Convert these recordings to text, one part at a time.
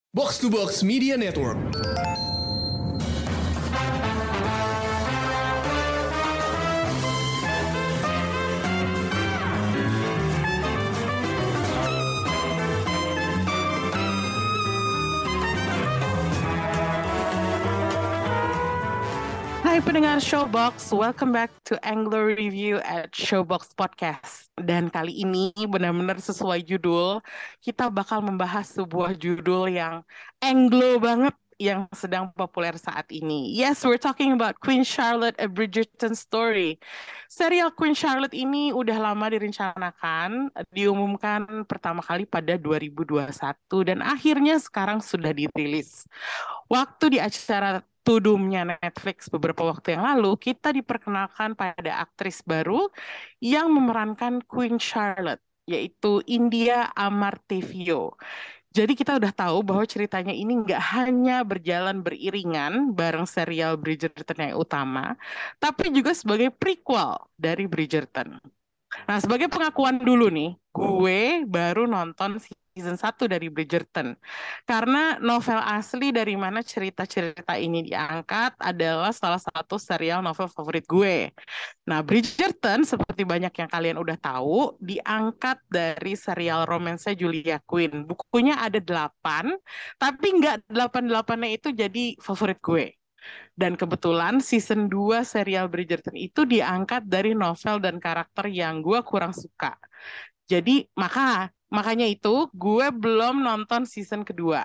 Box to Box Media Network. Hai pendengar Showbox, welcome back to Anglo Review at Showbox Podcast. Dan kali ini benar-benar sesuai judul, kita bakal membahas sebuah judul yang Anglo banget yang sedang populer saat ini. Yes, we're talking about Queen Charlotte, A Bridgerton Story. Serial Queen Charlotte ini udah lama direncanakan, diumumkan pertama kali pada 2021 dan akhirnya sekarang sudah dirilis. Waktu di acara Tudumnya Netflix beberapa waktu yang lalu, kita diperkenalkan pada aktris baru yang memerankan Queen Charlotte, yaitu India Amartevio. Jadi kita udah tahu bahwa ceritanya ini nggak hanya berjalan beriringan bareng serial Bridgerton yang utama, tapi juga sebagai prequel dari Bridgerton. Nah, sebagai pengakuan dulu nih, gue baru nonton season 1 dari Bridgerton. Karena novel asli dari mana cerita-cerita ini diangkat adalah salah satu serial novel favorit gue. Nah, Bridgerton seperti banyak yang kalian udah tahu, diangkat dari serial romansa Julia Quinn. Bukunya ada 8, tapi nggak 8-8-nya itu jadi favorit gue. Dan kebetulan season 2 serial Bridgerton itu diangkat dari novel dan karakter yang gue kurang suka. Jadi makanya itu gue belum nonton season kedua.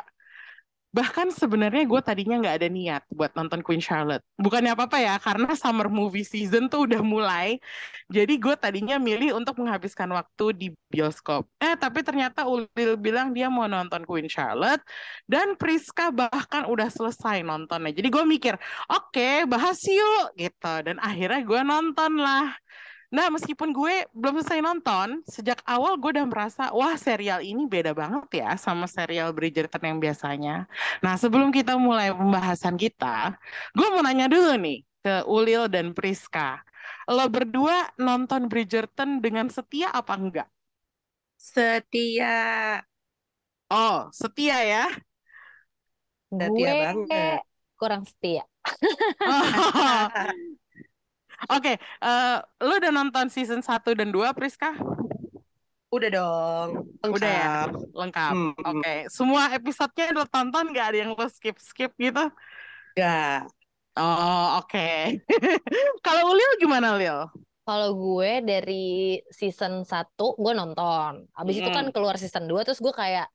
Bahkan sebenarnya gue tadinya nggak ada niat buat nonton Queen Charlotte. Bukannya apa-apa ya, karena summer movie season tuh udah mulai. Jadi gue tadinya milih untuk menghabiskan waktu di bioskop. Tapi ternyata Ulil bilang dia mau nonton Queen Charlotte. Dan Priska bahkan udah selesai nontonnya. Jadi gue mikir, oke, bahas yuk gitu. Dan akhirnya gue nonton lah. Nah, meskipun gue belum selesai nonton, sejak awal gue udah merasa, wah serial ini beda banget ya sama serial Bridgerton yang biasanya. Nah, sebelum kita mulai pembahasan kita, gue mau nanya dulu nih ke Ulil dan Priska. Lo berdua nonton Bridgerton dengan setia apa enggak? Setia, Oh, setia ya? setia Gue banget. kurang setia. Oke, lo udah nonton season 1 dan 2, Priska? Udah dong, Udah ya, lengkap. lengkap. Hmm, Oke, semua episodenya lo tonton, gak ada yang lo skip-skip gitu? Gak. Oh, oke. Kalau Ulil gimana, Lil? Kalau gue dari season 1 gue nonton. Abis itu kan Mm-mm. keluar season 2 terus gue kayak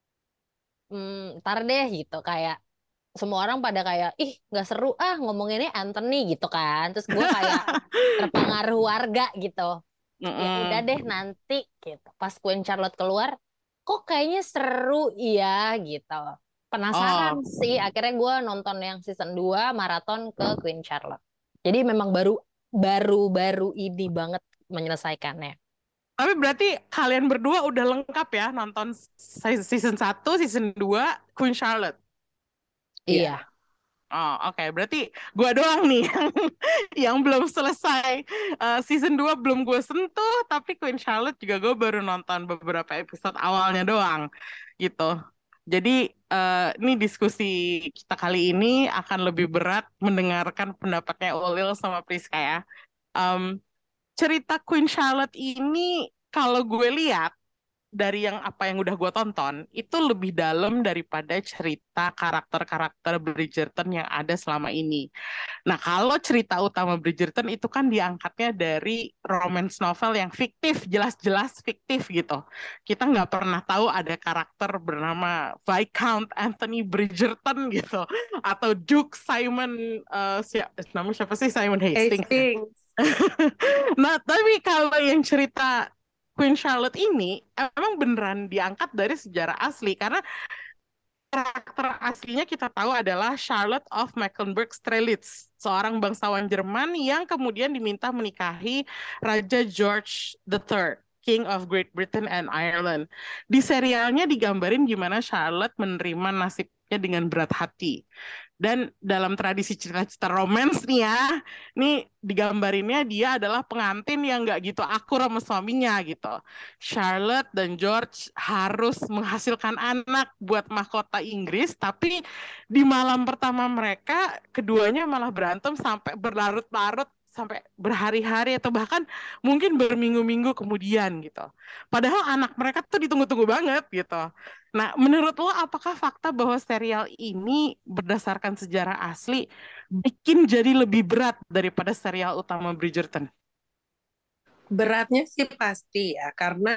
ntar deh gitu kayak semua orang pada kayak ih nggak seru ngomonginnya Anthony gitu kan. Terus gue kayak terpengaruh warga gitu. Ya udah Mm-mm. deh nanti gitu. Pas Queen Charlotte keluar kok kayaknya seru iya gitu. Penasaran Oh, sih akhirnya gue nonton yang season 2 maraton ke Queen Charlotte. Jadi memang baru ini banget menyelesaikannya. tapi berarti kalian berdua udah lengkap ya nonton season 1, season 2, Queen Charlotte? Iya. Iya. Oh, oke. Berarti gue doang nih yang belum selesai. Season 2 belum gue sentuh, tapi Queen Charlotte juga gue baru nonton beberapa episode awalnya doang. Gitu. Jadi ini diskusi kita kali ini akan lebih berat mendengarkan pendapatnya Ulil sama Priska ya. Em, Cerita Queen Charlotte ini kalau gue lihat dari yang apa yang udah gue tonton itu lebih dalam daripada cerita karakter-karakter Bridgerton yang ada selama ini. Nah, kalau cerita utama Bridgerton itu kan diangkatnya dari romance novel yang fiktif, jelas-jelas fiktif gitu. Kita nggak pernah tahu ada karakter bernama Viscount Anthony Bridgerton gitu, atau Duke Simon, namanya siapa sih, Simon Hastings ya. Hastings. Nah, tapi kalau yang cerita Queen Charlotte ini emang beneran diangkat dari sejarah asli karena karakter aslinya kita tahu adalah Charlotte of Mecklenburg-Strelitz, seorang bangsawan Jerman yang kemudian diminta menikahi Raja George III, King of Great Britain and Ireland. Di serialnya digambarin gimana Charlotte menerima nasib nasibnya dengan berat hati. Dan dalam tradisi cerita-cerita romance nih ya, nih digambarinnya dia adalah pengantin yang nggak gitu akur sama suaminya gitu. Charlotte dan George harus menghasilkan anak buat mahkota Inggris, tapi di malam pertama mereka, keduanya malah berantem sampai berlarut-larut, sampai berhari-hari atau bahkan mungkin berminggu-minggu kemudian gitu. Padahal anak mereka tuh ditunggu-tunggu banget gitu. Nah, menurut lo apakah fakta bahwa serial ini berdasarkan sejarah asli bikin jadi lebih berat daripada serial utama Bridgerton? Beratnya sih pasti ya, karena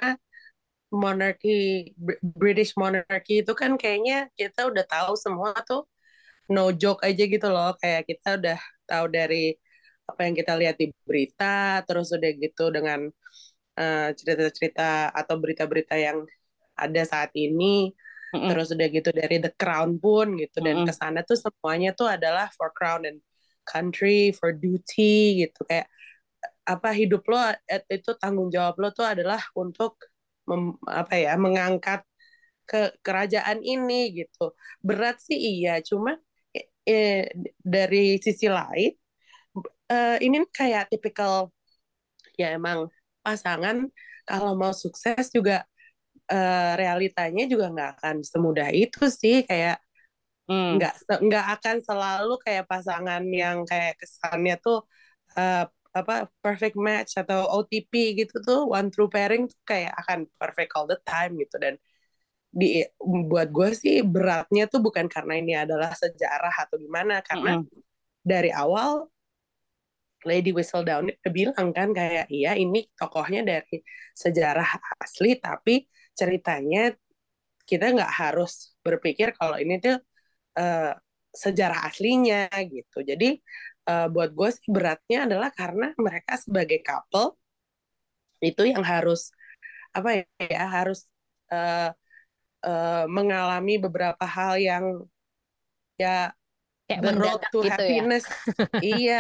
British monarchy itu kan kayaknya kita udah tahu semua tuh, no joke aja gitu loh. Kayak kita udah tahu dari apa yang kita lihat di berita, terus udah gitu dengan cerita-cerita atau berita-berita yang ada saat ini, Mm-mm. terus udah gitu dari The Crown pun gitu, dan Mm-mm. kesana tuh semuanya tuh adalah for crown and country, for duty gitu. Kayak apa, hidup lo itu tanggung jawab lo tuh adalah untuk mengangkat kerajaan ini gitu. Berat sih iya, cuma dari sisi lain ini kayak tipikal, ya emang pasangan kalau mau sukses juga realitanya juga nggak akan semudah itu sih. Kayak Mm. nggak akan selalu kayak pasangan yang kayak kesannya tuh uh, apa perfect match atau OTP gitu tuh, one true pairing tuh kayak akan perfect all the time gitu. Dan buat gue sih beratnya tuh bukan karena ini adalah sejarah atau gimana, karena Mm-mm. dari awal Lady Whistledown udah bilang kan kayak iya ini tokohnya dari sejarah asli, tapi ceritanya kita nggak harus berpikir kalau ini tuh uh, sejarah aslinya gitu. Jadi buat gue sih beratnya adalah karena mereka sebagai couple itu yang harus apa ya, harus uh, mengalami beberapa hal yang ya, Kayak the road mendadak to gitu ya. happiness. Iya.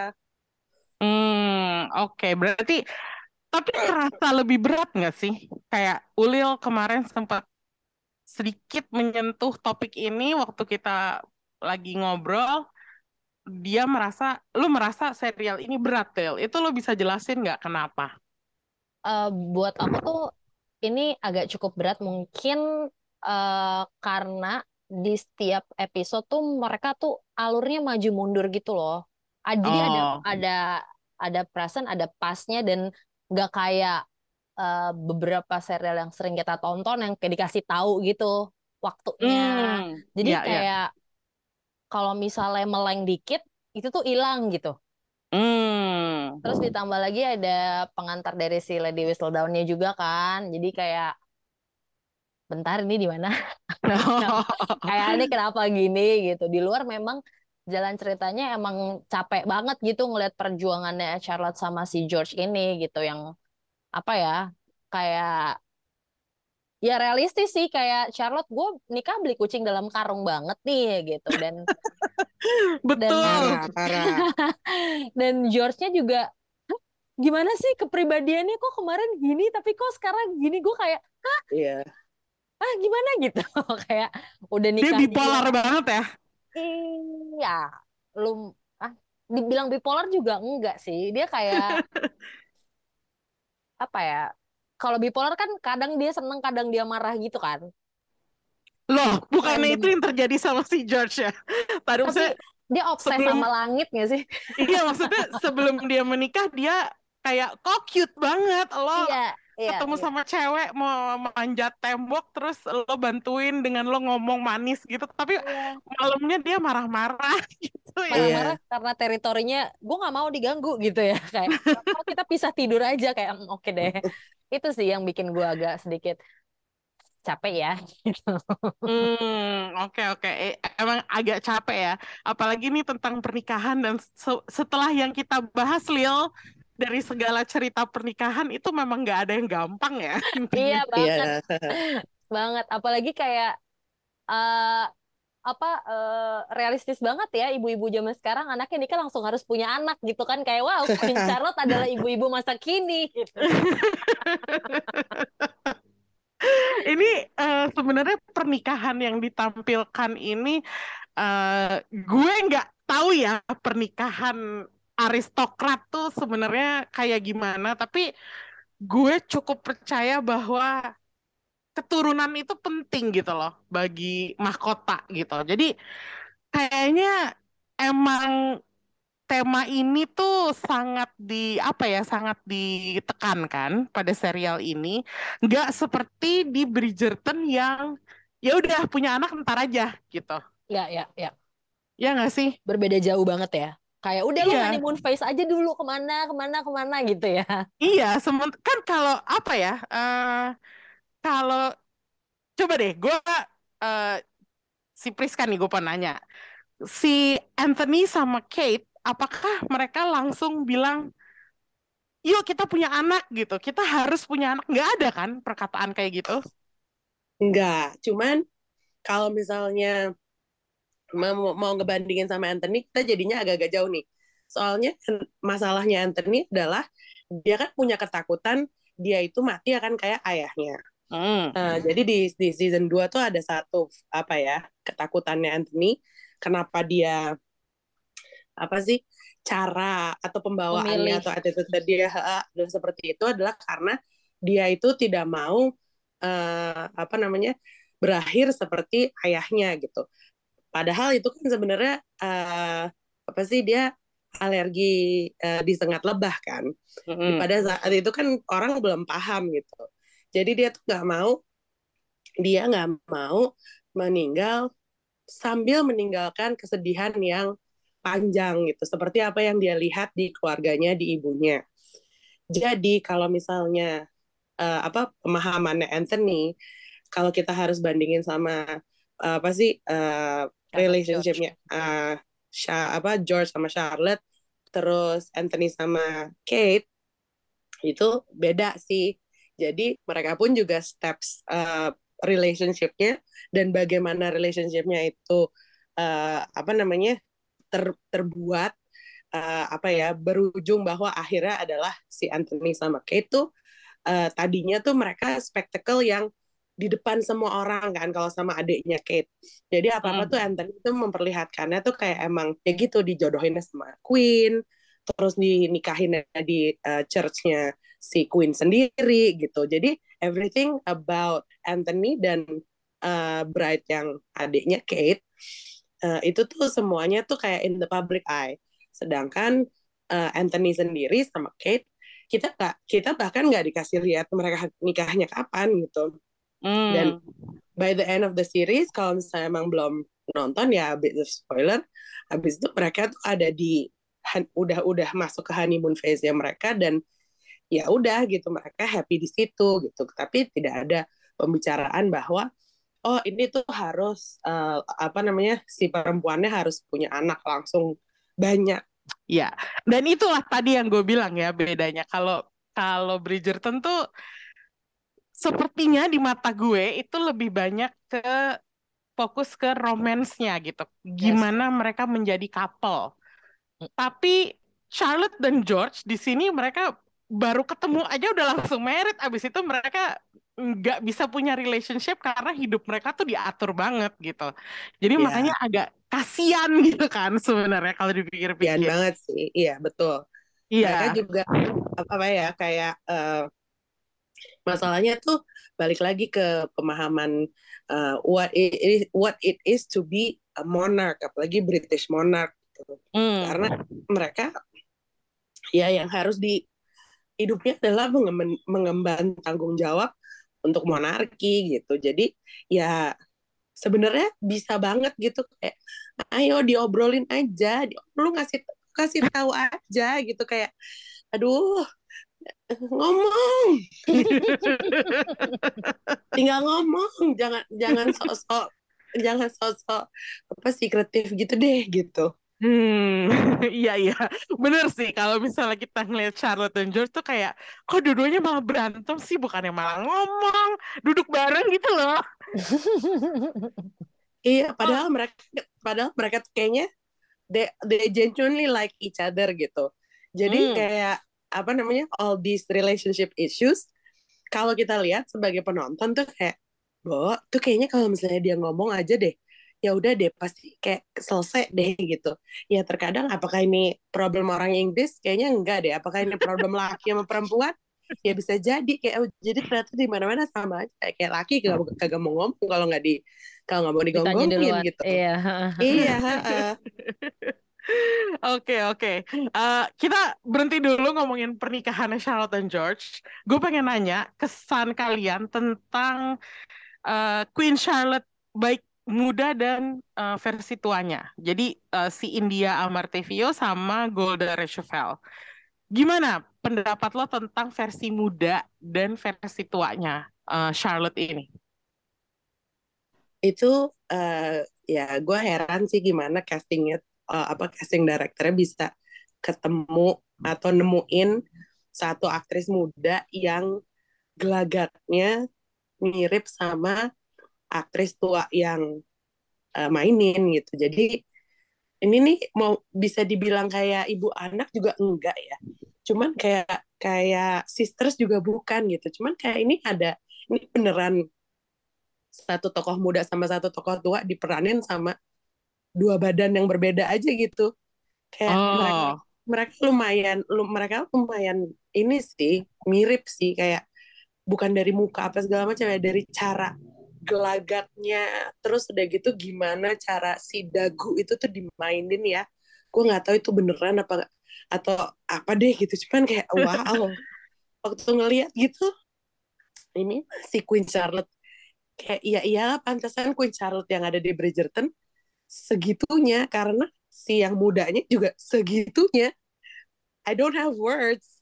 Oke. Berarti tapi terasa lebih berat nggak sih? Kayak Ulil kemarin sempat sedikit menyentuh topik ini waktu kita lagi ngobrol. Lu merasa serial ini berat, Tel. Itu lu bisa jelasin nggak kenapa? Buat aku tuh ini agak cukup berat mungkin karena di setiap episode tuh mereka tuh alurnya maju mundur gitu loh. Jadi ada Oh. ada ada present, ada pastnya, dan nggak kayak beberapa serial yang sering kita tonton yang kayak dikasih tahu gitu waktunya. Jadi Ya, ya. kayak kalau misalnya meleng dikit itu tuh hilang gitu. Hmm. Terus ditambah lagi ada pengantar dari si Lady Whistledown-nya juga kan. Jadi kayak bentar ini di mana? Kayak ini kenapa gini gitu. Di luar memang jalan ceritanya emang capek banget gitu ngelihat perjuangannya Charlotte sama si George ini gitu, yang apa ya? Kayak ya realistis sih, kayak Charlotte, gue nikah beli kucing dalam karung banget nih gitu. Dan Betul. Parah. dan George-nya juga gimana sih kepribadiannya, kok kemarin gini tapi kok sekarang gini, gue kayak Iya. gimana gitu. Kayak udah Dia nikah bipolar banget ya. iya lu ah dibilang bipolar juga enggak sih, dia kayak apa ya, kalau bipolar kan kadang dia seneng kadang dia marah gitu kan, Loh, bukannya itu random, yang terjadi sama si George ya? Tadi tapi maksudnya dia obses sebelum sama langit nggak sih? iya maksudnya sebelum dia menikah dia kayak kok cute banget lo Iya, iya, ketemu iya, sama cewek mau manjat tembok terus lo bantuin dengan lo ngomong manis gitu tapi iya, malamnya dia marah-marah gitu ya. marah-marah Iya. karena teritorinya gue nggak mau diganggu gitu ya. Kayak kalau kita pisah tidur aja, kayak oke deh. Itu sih yang bikin gue agak sedikit capek ya gitu. Oke oke. Emang agak capek ya. Apalagi nih tentang pernikahan dan setelah yang kita bahas Lil dari segala cerita pernikahan itu memang nggak ada yang gampang ya Iya intinya. banget, Iya. banget, apalagi kayak eh apa realistis banget ya, ibu-ibu zaman sekarang anaknya nikah langsung harus punya anak gitu kan, kayak wow, Queen Charlotte adalah ibu-ibu masa kini gitu. Ini sebenarnya pernikahan yang ditampilkan ini gue nggak tahu ya pernikahan aristokrat tuh sebenarnya kayak gimana, tapi gue cukup percaya bahwa keturunan itu penting gitu loh bagi mahkota gitu. Jadi kayaknya emang tema ini tuh sangat apa ya, sangat ditekankan pada serial ini. Nggak seperti di Bridgerton yang ya udah punya anak ntar aja gitu. Ya, ya, ya. Ya nggak sih? Berbeda jauh banget ya. Kayak udah lo Iya, honeymoon phase aja dulu kemana, kemana, kemana gitu ya. iya. Kan kalau apa ya? Kalau coba deh, gue eh, si Priska nih gue pengen nanya, si Anthony sama Kate, apakah mereka langsung bilang, yuk kita punya anak gitu, kita harus punya anak? Nggak ada kan perkataan kayak gitu? Enggak, cuman kalau misalnya mau ngebandingin sama Anthony, kita jadinya agak-agak jauh nih. Soalnya masalahnya Anthony adalah dia kan punya ketakutan dia itu mati akan kayak ayahnya. Hmm. Jadi di season 2 tuh ada satu apa ya ketakutannya Anthony, kenapa dia apa sih cara atau pembawaannya Memilih. atau attitude dia adalah seperti itu adalah karena dia itu tidak mau apa namanya berakhir seperti ayahnya gitu. Padahal itu kan sebenarnya apa sih dia alergi disengat lebah kan. Mm-mm. Pada saat itu kan orang belum paham gitu. Jadi dia nggak mau meninggal sambil meninggalkan kesedihan yang panjang gitu. Seperti apa yang dia lihat di keluarganya, di ibunya. Jadi kalau misalnya apa pemahamannya Anthony, kalau kita harus bandingin sama apa sih Charlotte George. relationshipnya apa George sama Charlotte, terus Anthony sama Kate itu beda sih. Jadi mereka pun juga steps relationshipnya dan bagaimana relationshipnya itu apa namanya terbuat apa ya berujung bahwa akhirnya adalah si Anthony sama Kate tuh tadinya tuh mereka spektakel yang di depan semua orang kan kalau sama adiknya Kate. Jadi apa-apa tuh Mm. Anthony tuh memperlihatkannya tuh kayak emang ya gitu dijodohinnya sama Queen, terus dinikahinnya di churchnya si Queen sendiri gitu. Jadi everything about Anthony dan bride yang adiknya Kate itu tuh semuanya tuh kayak in the public eye. Sedangkan Anthony sendiri sama Kate kita bahkan nggak dikasih lihat mereka nikahnya kapan gitu. Dan Mm. by the end of the series kalau misalnya emang belum nonton ya bit of spoiler, habis itu mereka tuh ada di udah masuk ke honeymoon phase ya mereka dan ya udah gitu mereka happy di situ gitu. Tapi tidak ada pembicaraan bahwa oh ini tuh harus apa namanya si perempuannya harus punya anak langsung banyak. Ya, dan itulah tadi yang gue bilang ya bedanya. Kalau kalau Bridgerton tuh sepertinya di mata gue itu lebih banyak ke fokus ke romance-nya gitu. Yes. Gimana mereka menjadi couple. Tapi Charlotte dan George di sini mereka baru ketemu aja udah langsung married. Abis itu mereka nggak bisa punya relationship karena hidup mereka tuh diatur banget gitu. Jadi makanya Ya, agak kasian gitu kan sebenarnya kalau kian dipikir-pikir. banget sih. Iya, betul. Mereka Iya. juga apa ya kayak masalahnya tuh balik lagi ke pemahaman what it is to be a monarch, apalagi British monarch gitu. Karena Hmm. mereka ya yang harus di hidupnya adalah mengemban tanggung jawab untuk monarki gitu. Jadi ya sebenarnya bisa banget gitu kayak ayo diobrolin aja, lu ngasih kasih tahu aja gitu kayak aduh ngomong tinggal ngomong jangan sosok apa sekretif gitu deh gitu. Hmm, iya iya, bener sih. Kalau misalnya kita ngeliat Charlotte dan George tuh kayak, kok dua-duanya malah berantem sih, bukannya malah ngomong, duduk bareng gitu loh. Iya Oh, padahal mereka tuh kayaknya they genuinely like each other gitu. Jadi hmm, kayak apa namanya all these relationship issues kalau kita lihat sebagai penonton tuh kayak Bo, tuh kayaknya kalau misalnya dia ngomong aja deh, ya udah deh pasti kayak selesai deh gitu. Ya terkadang apakah ini problem orang Inggris? Kayaknya enggak deh. Apakah ini problem laki sama perempuan? Ya bisa jadi kayak oh, jadi ternyata di mana-mana sama aja. Kayak laki kagak mau ngomong kalau nggak mau Ditanya digonggongin duluan. gitu. Iya. Iya, heeh. Oke, oke. Kita berhenti dulu ngomongin pernikahannya Charlotte dan George. Gue pengen nanya kesan kalian tentang Queen Charlotte baik muda dan versi tuanya. Jadi si India Amartya sama Golda Meir. Gimana pendapat lo tentang versi muda dan versi tuanya Charlotte ini? Itu ya gue heran sih gimana castingnya apa casting directornya bisa ketemu atau nemuin satu aktris muda yang gelagatnya mirip sama aktris tua yang mainin gitu. Jadi ini nih mau bisa dibilang kayak ibu anak juga enggak ya. Cuman kayak kayak sisters juga bukan gitu. Cuman kayak ini beneran satu tokoh muda sama satu tokoh tua diperanin sama dua badan yang berbeda aja gitu. Kayak mereka Oh, mereka lumayan ini sih mirip sih kayak bukan dari muka apa segala macam ya dari cara gelagatnya terus udah gitu gimana cara si dagu itu tuh dimainin ya gue nggak tahu itu beneran apa atau apa deh gitu cuman kayak wow waktu ngeliat gitu ini si Queen Charlotte kayak iya iya pantesan Queen Charlotte yang ada di Bridgerton segitunya karena si yang mudanya juga segitunya. I don't have words.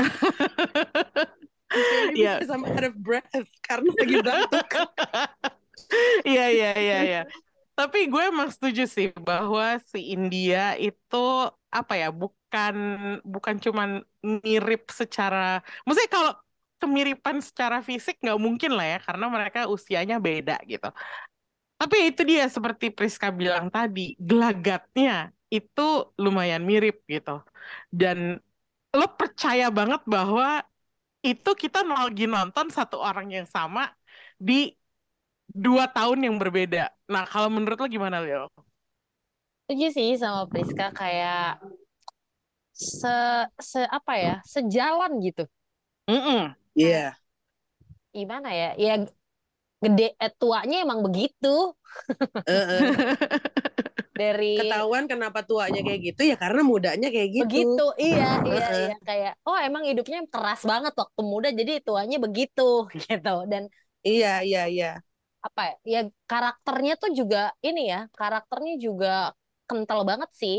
Maybe ya. because I'm out of breath karena lagi batuk. Iya, iya, iya, iya. Tapi gue emang setuju sih bahwa si India itu apa ya, bukan bukan cuman mirip secara, maksudnya kalau kemiripan secara fisik nggak mungkin lah ya, karena mereka usianya beda gitu. Tapi itu dia seperti Priska bilang tadi, gelagatnya itu lumayan mirip gitu. Dan lo percaya banget bahwa itu kita lagi nonton satu orang yang sama di 2 tahun yang berbeda. Nah, kalau menurut lo gimana, Leo? Setuju sih sama Priska kayak se se apa ya? Sejalan gitu. Mm-mm. Iya. Kayak Yeah. gimana ya? Ya gede tuanya emang begitu dari Ketahuan kenapa tuanya kayak gitu ya karena mudanya kayak gitu. begitu. Iya, iya, Uh-uh. iya kayak oh emang hidupnya keras banget waktu muda jadi tuanya begitu gitu. Dan Iya, iya, iya. apa ya? Ya karakternya tuh juga ini ya, karakternya juga kental banget sih.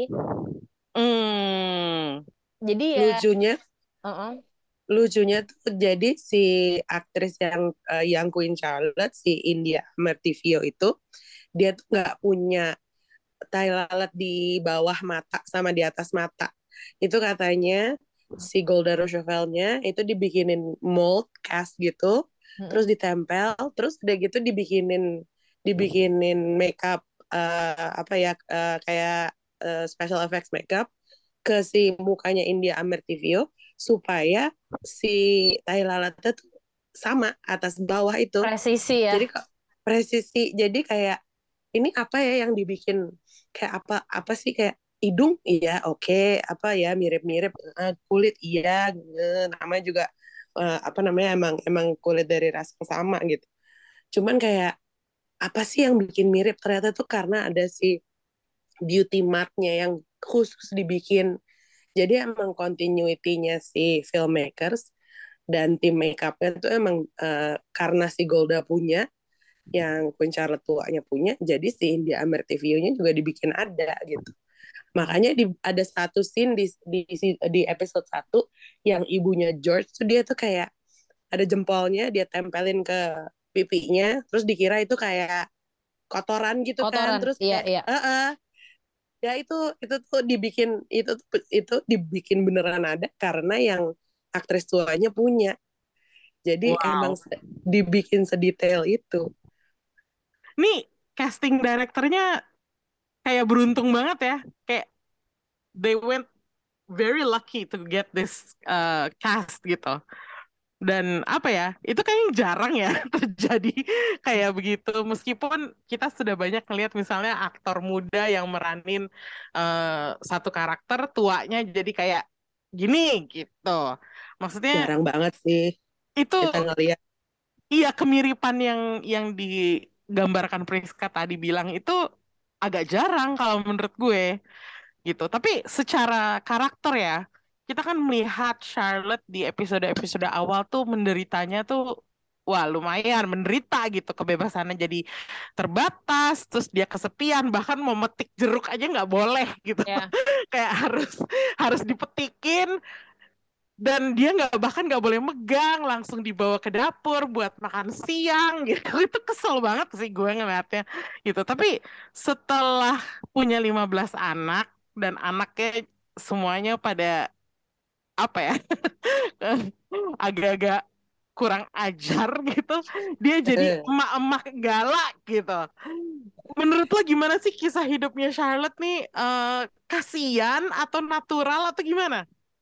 Hmm. Jadi ya Lucunya, uh-uh. lucunya tuh jadi si aktris yang Queen Charlotte si India Mertivio itu dia tuh nggak punya tai lalat di bawah mata sama di atas mata. Itu katanya si Golda Roosevelt-nya itu dibikinin mold cast gitu, terus Mm-mm. ditempel, terus udah gitu dibikinin dibikinin makeup apa ya kayak special effects makeup ke si mukanya India Amertivio supaya si tai lalatnya tuh sama atas bawah itu. Presisi ya. Jadi kok presisi. Jadi kayak ini apa ya yang dibikin kayak apa apa sih kayak hidung iya oke apa ya mirip-mirip kulit iya namanya juga apa namanya emang emang kulit dari ras yang sama gitu. Cuman kayak apa sih yang bikin mirip ternyata tuh karena ada si beauty marknya yang khusus dibikin. Jadi emang continuity-nya si filmmakers dan tim makeupnya tuh emang karena si Golda punya yang Queen Charlotte tuanya punya, jadi si India Amertivio-nya juga dibikin ada gitu. Makanya ada satu scene di episode 1 yang ibunya George tuh dia tuh kayak ada jempolnya dia tempelin ke pipinya, terus dikira itu kayak kotoran gitu kan, Kotoran. terus Iya, kayak iya. ya itu tuh itu dibikin beneran ada karena yang aktris tuanya punya. Jadi emang Wow. dibikin sedetail itu. Nih, casting directornya kayak beruntung banget ya. Kayak they went very lucky to get this cast gitu. Dan apa ya, itu kayaknya jarang ya terjadi kayak begitu. Meskipun kita sudah banyak ngelihat misalnya aktor muda yang meranin satu karakter, tuanya jadi kayak gini gitu. Maksudnya Jarang banget sih itu kita ngelihat. iya kemiripan yang digambarkan Priska tadi bilang itu agak jarang kalau menurut gue gitu. Tapi secara karakter ya, kita kan melihat Charlotte di episode-episode awal tuh menderitanya tuh wah lumayan menderita gitu, kebebasannya jadi terbatas, terus dia kesepian, bahkan mau metik jeruk aja nggak boleh gitu. Ya, Kayak harus dipetikin, dan dia bahkan nggak boleh megang, langsung dibawa ke dapur buat makan siang gitu. Itu kesel banget sih gue ngeliatnya gitu. Tapi setelah punya 15 anak dan anaknya semuanya pada apa ya, agak-agak kurang ajar gitu, dia jadi emak-emak galak gitu. Menurut lo gimana sih kisah hidupnya Charlotte nih? Kasian atau natural atau gimana?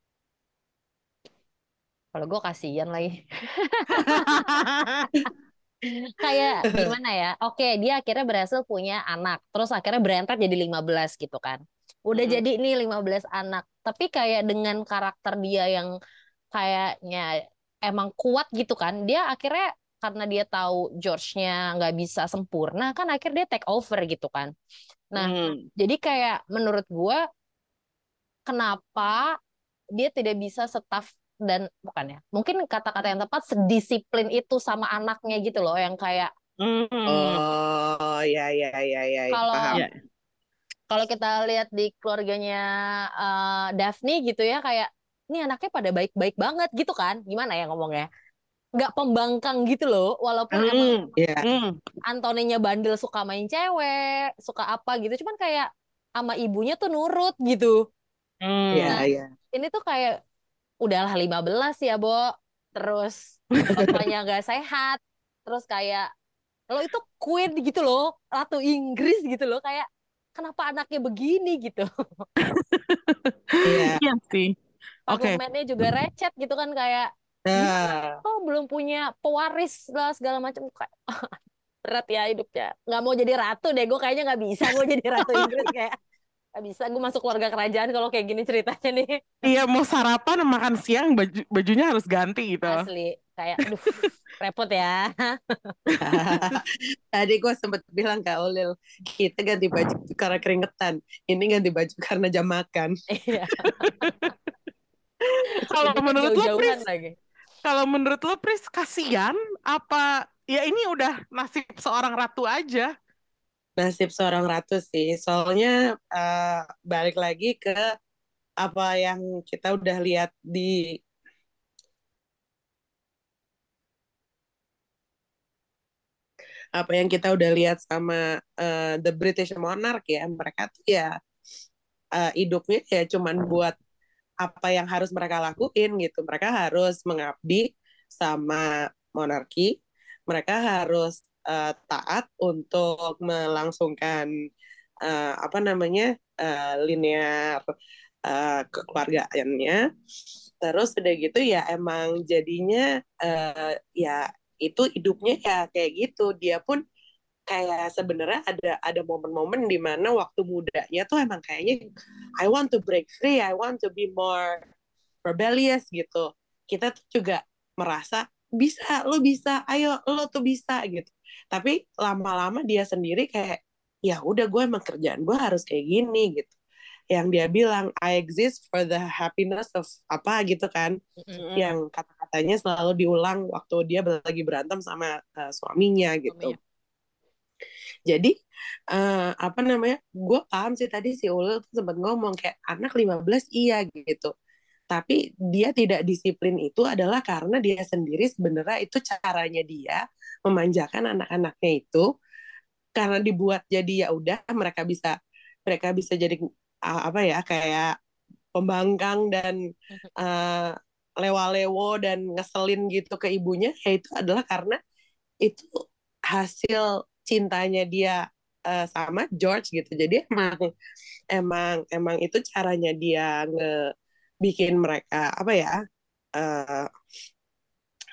kalau gue kasihan lagi. Kayak gimana ya? Oke, dia akhirnya berhasil punya anak. Terus akhirnya berentet jadi 15 gitu kan. Udah Mm-mm. jadi nih 15 anak. Tapi kayak dengan karakter dia yang kayaknya emang kuat gitu kan. Dia akhirnya karena dia tahu George-nya nggak bisa sempurna kan akhirnya dia take over gitu kan. Nah, Hmm. jadi kayak menurut gue kenapa dia tidak bisa setaf dan bukan ya mungkin kata-kata yang tepat sedisiplin itu sama anaknya gitu loh yang kayak Hmm. Oh ya ya ya ya, ya. kalau Paham. Ya. kalau kita lihat di keluarganya Daphne gitu ya kayak ini anaknya pada baik-baik banget gitu kan gimana ya ngomongnya nggak pembangkang gitu loh walaupun emang Hmm. Ya Hmm. Antoninya bandel suka main cewek suka apa gitu cuman kayak sama ibunya tuh nurut gitu Hmm. nah ya ya. ini tuh kayak udahlah 15 ya, Bo. Terus bapaknya gak sehat. Terus kayak lo itu queen gitu loh, Ratu Inggris gitu loh, kayak kenapa anaknya begini gitu. Iya. Iya sih. Oke. Parlemennya juga recet gitu kan kayak gimana Nah, kok belum punya pewaris lah segala macam kayak berat ya hidupnya. Nggak mau jadi ratu deh, gue kayaknya nggak bisa gue jadi ratu Inggris kayak nggak bisa gue masuk keluarga kerajaan kalau kayak gini ceritanya nih Iya, mau sarapan makan siang bajunya harus ganti gitu. asli kayak aduh repot ya. tadi gue sempat bilang ke Ulil, kita ganti baju karena keringetan. Ini ganti baju karena jam makan. Iya. Kalau Ininya menurut lo, jauh-jauhan Pris, lagi. kalau menurut lo, Pris, kasihan apa? Ya ini udah nasib seorang ratu aja. Nasib seorang ratu sih. Soalnya balik lagi ke apa yang kita udah lihat di apa yang kita udah lihat sama the British Monarch ya. Mereka tuh ya hidupnya ya cuman buat apa yang harus mereka lakuin gitu. Mereka harus mengabdi sama monarki. Mereka harus taat untuk melangsungkan apa namanya linear kekeluargaannya. Terus udah gitu ya emang jadinya ya itu hidupnya ya kayak gitu. Dia pun kayak sebenarnya ada momen-momen di mana waktu mudanya tuh emang kayaknya I want to break free, I want to be more rebellious gitu. Kita tuh juga merasa bisa, lo bisa, ayo lo tuh bisa gitu. Tapi lama-lama dia sendiri kayak ya udah gue emang kerjaan gue harus kayak gini gitu. Yang dia bilang I exist for the happiness of apa gitu kan. Mm-mm. Yang kata-katanya selalu diulang waktu dia lagi berantem sama suaminya gitu. Suaminya. Jadi apa namanya? Gue paham sih tadi si Ulul tuh sempat ngomong kayak anak 15 iya gitu. Tapi dia tidak disiplin itu adalah karena dia sendiri sebenarnya itu caranya dia memanjakan anak-anaknya itu karena dibuat jadi ya udah mereka bisa jadi apa ya kayak pembangkang dan uh, lewa-lewo dan ngeselin gitu ke ibunya ya itu adalah karena itu hasil cintanya dia sama George gitu. Jadi emang emang emang itu caranya dia ngebikin mereka apa ya uh,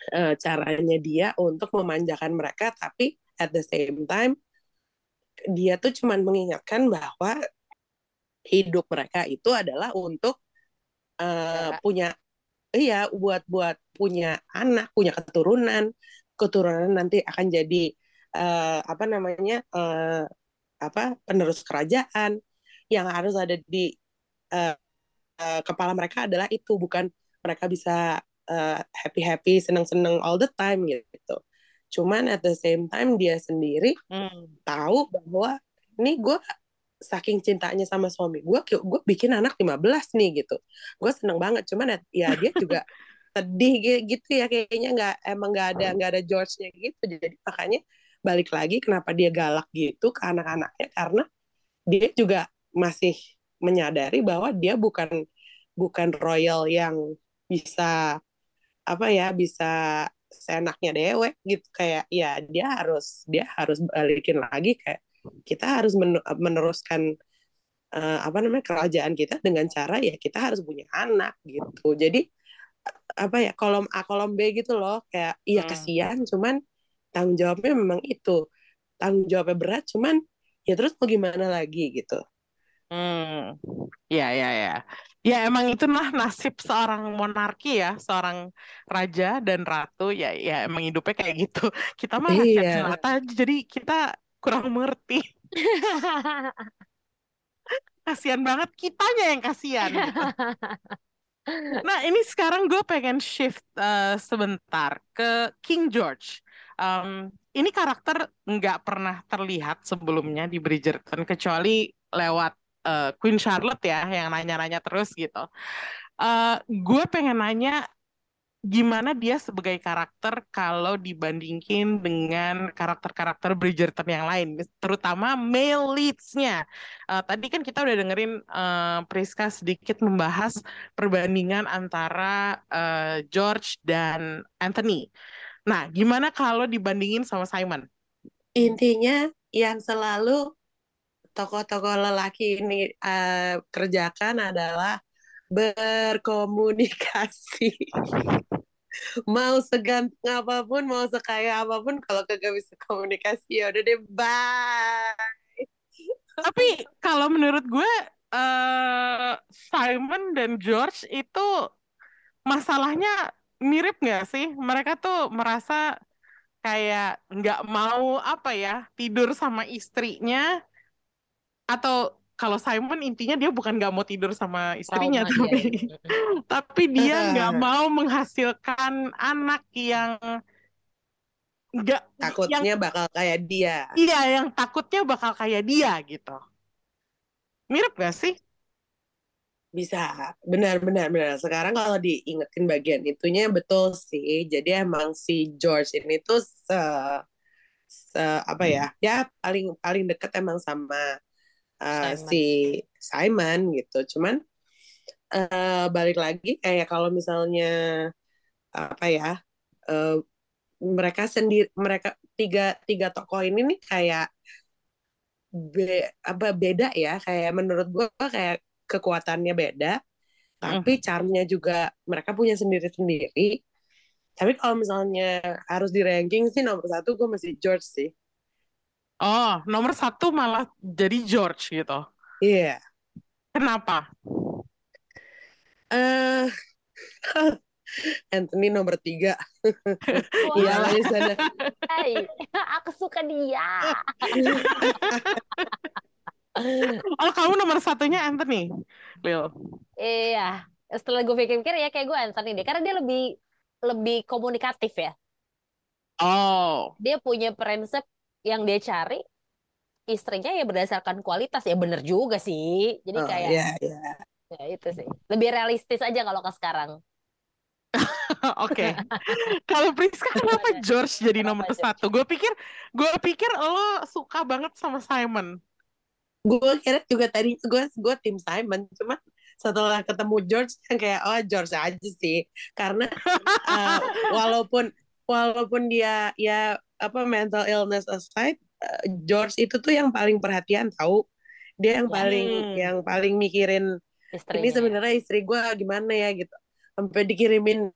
caranya dia untuk memanjakan mereka, tapi at the same time dia tuh cuman mengingatkan bahwa hidup mereka itu adalah untuk Negara. punya, iya, buat punya anak, punya keturunan nanti akan jadi apa namanya, apa, penerus kerajaan. Yang harus ada di uh, kepala mereka adalah itu, bukan mereka bisa happy happy seneng seneng all the time gitu. Cuman at the same time dia sendiri tahu bahwa ini gue saking cintanya sama suami gue bikin anak 15 nih gitu. Gue seneng banget, cuman ya dia juga sedih gitu ya, kayaknya nggak ada George-nya gitu. Jadi makanya balik lagi kenapa dia galak gitu ke anak-anaknya, karena dia juga masih menyadari bahwa dia bukan bukan royal yang bisa apa ya, bisa seenaknya dewek gitu. Kayak ya dia harus balikin lagi, kayak kita harus meneruskan apa namanya, kerajaan kita dengan cara ya kita harus punya anak gitu. Jadi apa ya, kolom A kolom B gitu loh, kayak iya kasihan, cuman tanggung jawabnya memang itu, tanggung jawabnya berat, cuman ya terus mau gimana lagi gitu. Hmm, ya, ya, ya. Ya emang itulah nasib seorang monarki ya, seorang raja dan ratu ya, ya emang hidupnya kayak gitu. Kita mah rakyat Iya, jelata, jadi kita kurang mengerti. Kasihan banget, kitanya yang kasihan gitu. Nah, ini sekarang gue pengen shift sebentar ke King George. Ini karakter nggak pernah terlihat sebelumnya di Bridgerton kecuali lewat Queen Charlotte ya, yang nanya-nanya terus gitu. Gue pengen nanya gimana dia sebagai karakter kalau dibandingin dengan karakter-karakter Bridgerton yang lain, terutama male leads-nya. Tadi kan kita udah dengerin Priska sedikit membahas perbandingan antara George dan Anthony. Nah, gimana kalau dibandingin sama Simon? intinya yang selalu tokoh-tokoh lelaki ini kerjakan adalah berkomunikasi. Mau seganteng apapun, mau sekaya apapun, kalau kagak bisa komunikasi ya udah deh, bye. Tapi kalau menurut gue, Simon dan George itu masalahnya mirip nggak sih? Mereka tuh merasa kayak nggak mau apa ya, tidur sama istrinya, atau kalau Simon intinya dia bukan nggak mau tidur sama istrinya Trauma dia tapi ya. Mm-mm. tapi dia nggak mau menghasilkan anak yang nggak, yang Takutnya bakal kayak dia. iya, yang takutnya bakal kayak dia gitu. Mirip gak sih? Bisa, benar-benar benar. Sekarang kalau diingetin bagian itunya betul sih. Jadi emang si George ini tuh apa ya? Ya paling paling deket emang sama si Simon. Simon gitu. Cuman balik lagi kayak kalau misalnya apa ya? eh, mereka tiga tiga tokoh ini nih kayak apa beda ya, kayak menurut gua kayak kekuatannya beda, tapi Mm. charmnya juga mereka punya sendiri-sendiri. Tapi kalau misalnya harus di ranking sih, nomor satu gue masih George sih. Oh, nomor satu malah jadi George gitu. Iya. Kenapa? Yeah. Anthony nomor tiga. Iyalah Wah, di sana. hai. Aku suka dia. Oh, kamu nomor satunya Anthony, Lil. Iya, setelah gue pikir-pikir ya kayak gue Anthony deh, karena dia lebih lebih komunikatif ya. Oh, Dia punya prinsip yang dia cari istrinya ya berdasarkan kualitas ya bener juga sih. Jadi Oh kayak iya, iya. ya itu sih. Lebih realistis aja kalau ke sekarang. oke. Kalau Priska kenapa Gimana? George jadi Kenapa nomor George? satu? Gue pikir lo suka banget sama Simon. Gue kira juga tadi gue tim Simon, cuma setelah ketemu George yang kayak oh George aja sih, karena walaupun walaupun dia ya apa mental illness aside, George itu tuh yang paling perhatian tahu. Dia yang Ya, paling Hmm. yang paling mikirin ini istrinya ya. sebenarnya istri gue gimana ya gitu, sampai dikirimin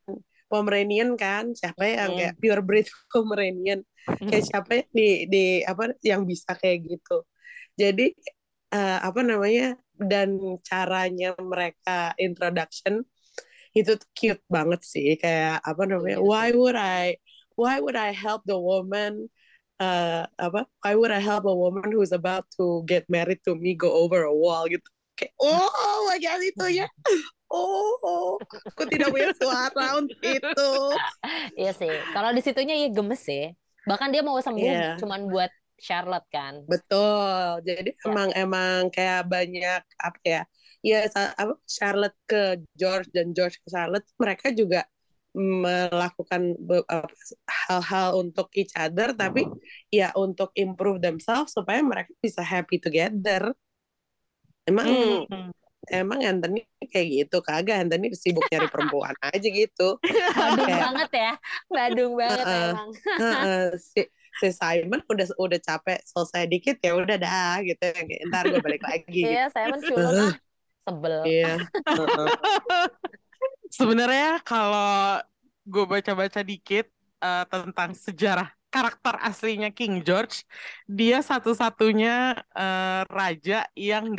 Pomeranian kan, siapa yang kayak Mm-mm. pure breed Pomeranian, kayak siapa yang di apa yang bisa kayak gitu. Jadi apa namanya, dan caranya mereka introduction itu tuh cute banget sih, kayak apa namanya, Setuju sih. why would I help the woman, apa, why would I help a woman who's about to get married to me go over a wall gitu, kayak oh my god itu ya, aku tidak punya suara untuk itu. Iya sih. Kalau di situnya ya gemes sih. Bahkan dia mau sembuh Iya, cuman buat Charlotte kan. betul. Jadi Ya. emang kayak banyak apa ya? Ya apa, Charlotte ke George dan George ke Charlotte, mereka juga melakukan hal-hal untuk each other, tapi ya untuk improve themselves supaya mereka bisa happy together. Emang Mm. emang Anthony kayak gitu kagak? Anthony sibuk nyari perempuan aja gitu. Badung Kayak banget ya. Badung banget Heeh, emang. heeh. Si Simon udah capek, selesai dikit ya udah dah gitu, ntar gue balik lagi Iya, gitu. saya menculun sebel. Iya, heeh. Sebenarnya kalau gue baca-baca dikit tentang sejarah karakter aslinya King George, dia satu-satunya raja yang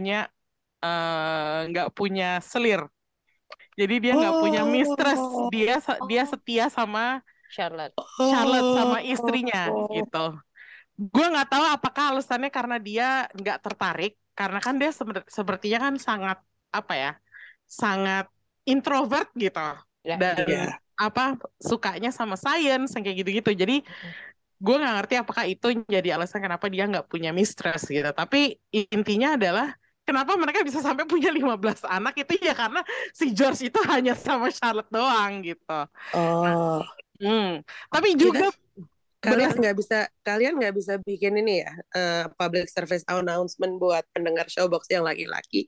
nggak punya selir. Jadi dia nggak punya mistress. Oh, Dia setia sama Charlotte. Charlotte sama oh, istrinya gitu. Gue nggak tahu apakah alasannya karena dia nggak tertarik, karena kan dia sepertinya kan sangat apa ya, sangat introvert gitu, Ya, dan iya. apa sukanya sama science yang kayak gitu-gitu. Jadi gue nggak ngerti apakah itu jadi alasan kenapa dia nggak punya mistress gitu. Tapi intinya adalah kenapa mereka bisa sampai punya 15 anak itu ya karena si George itu hanya sama Charlotte doang gitu. Oh, Hmm. Tapi kita juga beras. kalian nggak bisa bikin ini ya, public service announcement buat pendengar Showbox yang laki-laki.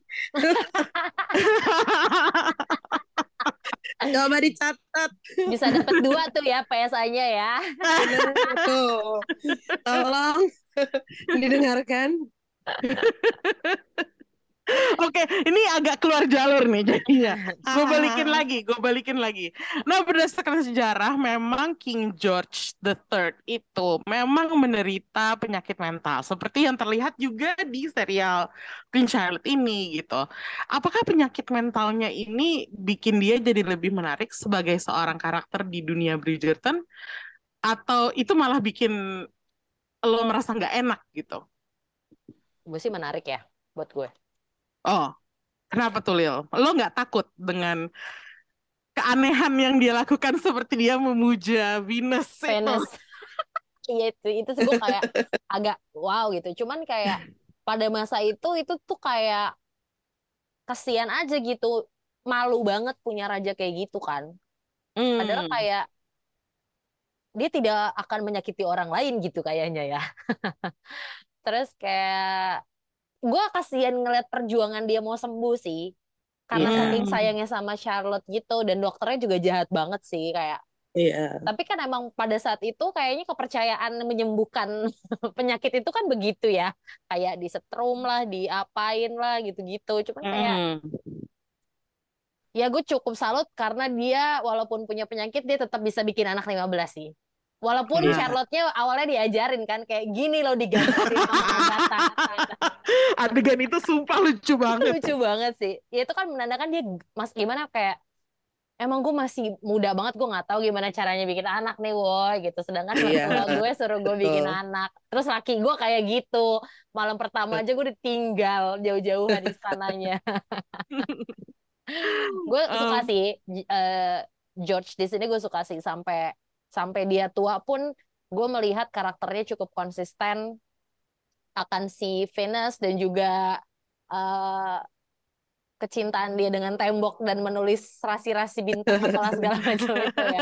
Coba dicatat. bisa dapat 2 tuh ya PSA-nya ya. Bener tuh. Tolong didengarkan. Oke, ini agak keluar jalur nih jadinya. Gue balikin lagi. Nah, berdasarkan sejarah, memang King George III itu memang menderita penyakit mental, seperti yang terlihat juga di serial Queen Charlotte ini gitu. Apakah penyakit mentalnya ini bikin dia jadi lebih menarik sebagai seorang karakter di dunia Bridgerton, atau itu malah bikin lo merasa nggak enak gitu? Gue sih menarik ya buat gue. Oh, kenapa tuh Lil? Lo nggak takut dengan keanehan yang dia lakukan seperti dia memuja Venus itu? Venus. Iya itu sih gue kayak agak wow gitu. Cuman kayak pada masa itu tuh kayak kasihan aja gitu. Malu banget punya raja kayak gitu kan. Padahal Hmm, kayak dia tidak akan menyakiti orang lain gitu kayaknya ya. Terus kayak gue kasihan ngeliat perjuangan dia mau sembuh sih. Karena Iya, saking hmm, sayangnya sama Charlotte gitu dan dokternya juga jahat banget sih kayak. iya, Tapi kan emang pada saat itu kayaknya kepercayaan menyembuhkan penyakit itu kan begitu ya. Kayak disetrum lah, diapain lah gitu-gitu. Cuman kayak hmm. ya gue cukup salut karena dia walaupun punya penyakit dia tetap bisa bikin anak 15 sih. Walaupun iya. Charlotte-nya awalnya diajarin kan kayak gini loh digambarin sama Agatha gitu. Adegan itu sumpah lucu banget. Lucu banget sih. Ya itu kan menandakan dia mas gimana kayak emang gue masih muda banget gue nggak tahu gimana caranya bikin anak nih woi gitu. Sedangkan Iya, mertua gue suruh gue bikin betul. anak. Terus laki gue kayak gitu. Malam pertama aja gue ditinggal jauh-jauhan istananya. Gue suka Um, sih George di sini gue suka sih sampai sampai dia tua pun gue melihat karakternya cukup konsisten akan si Venus dan juga eh, kecintaan dia dengan tembok dan menulis rasi-rasi bintang apalah segala macam itu ya.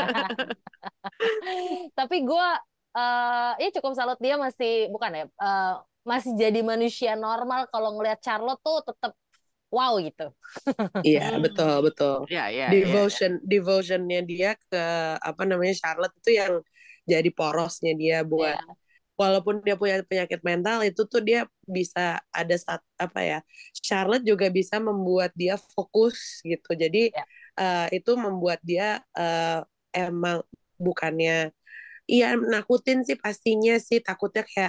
Tapi gue ya cukup salut dia masih bukan ya masih jadi manusia normal kalau ngelihat Charlotte tuh tetap wow gitu. Iya, betul, hmm. betul. Ya, ya, ya, ya. Devotionnya dia ke apa namanya Charlotte itu yang jadi porosnya dia buat, Ya, walaupun dia punya penyakit mental itu tuh dia bisa ada saat apa ya, Charlotte juga bisa membuat dia fokus gitu. Jadi ya. itu membuat dia emang bukannya, iya nakutin sih pastinya sih, takutnya kayak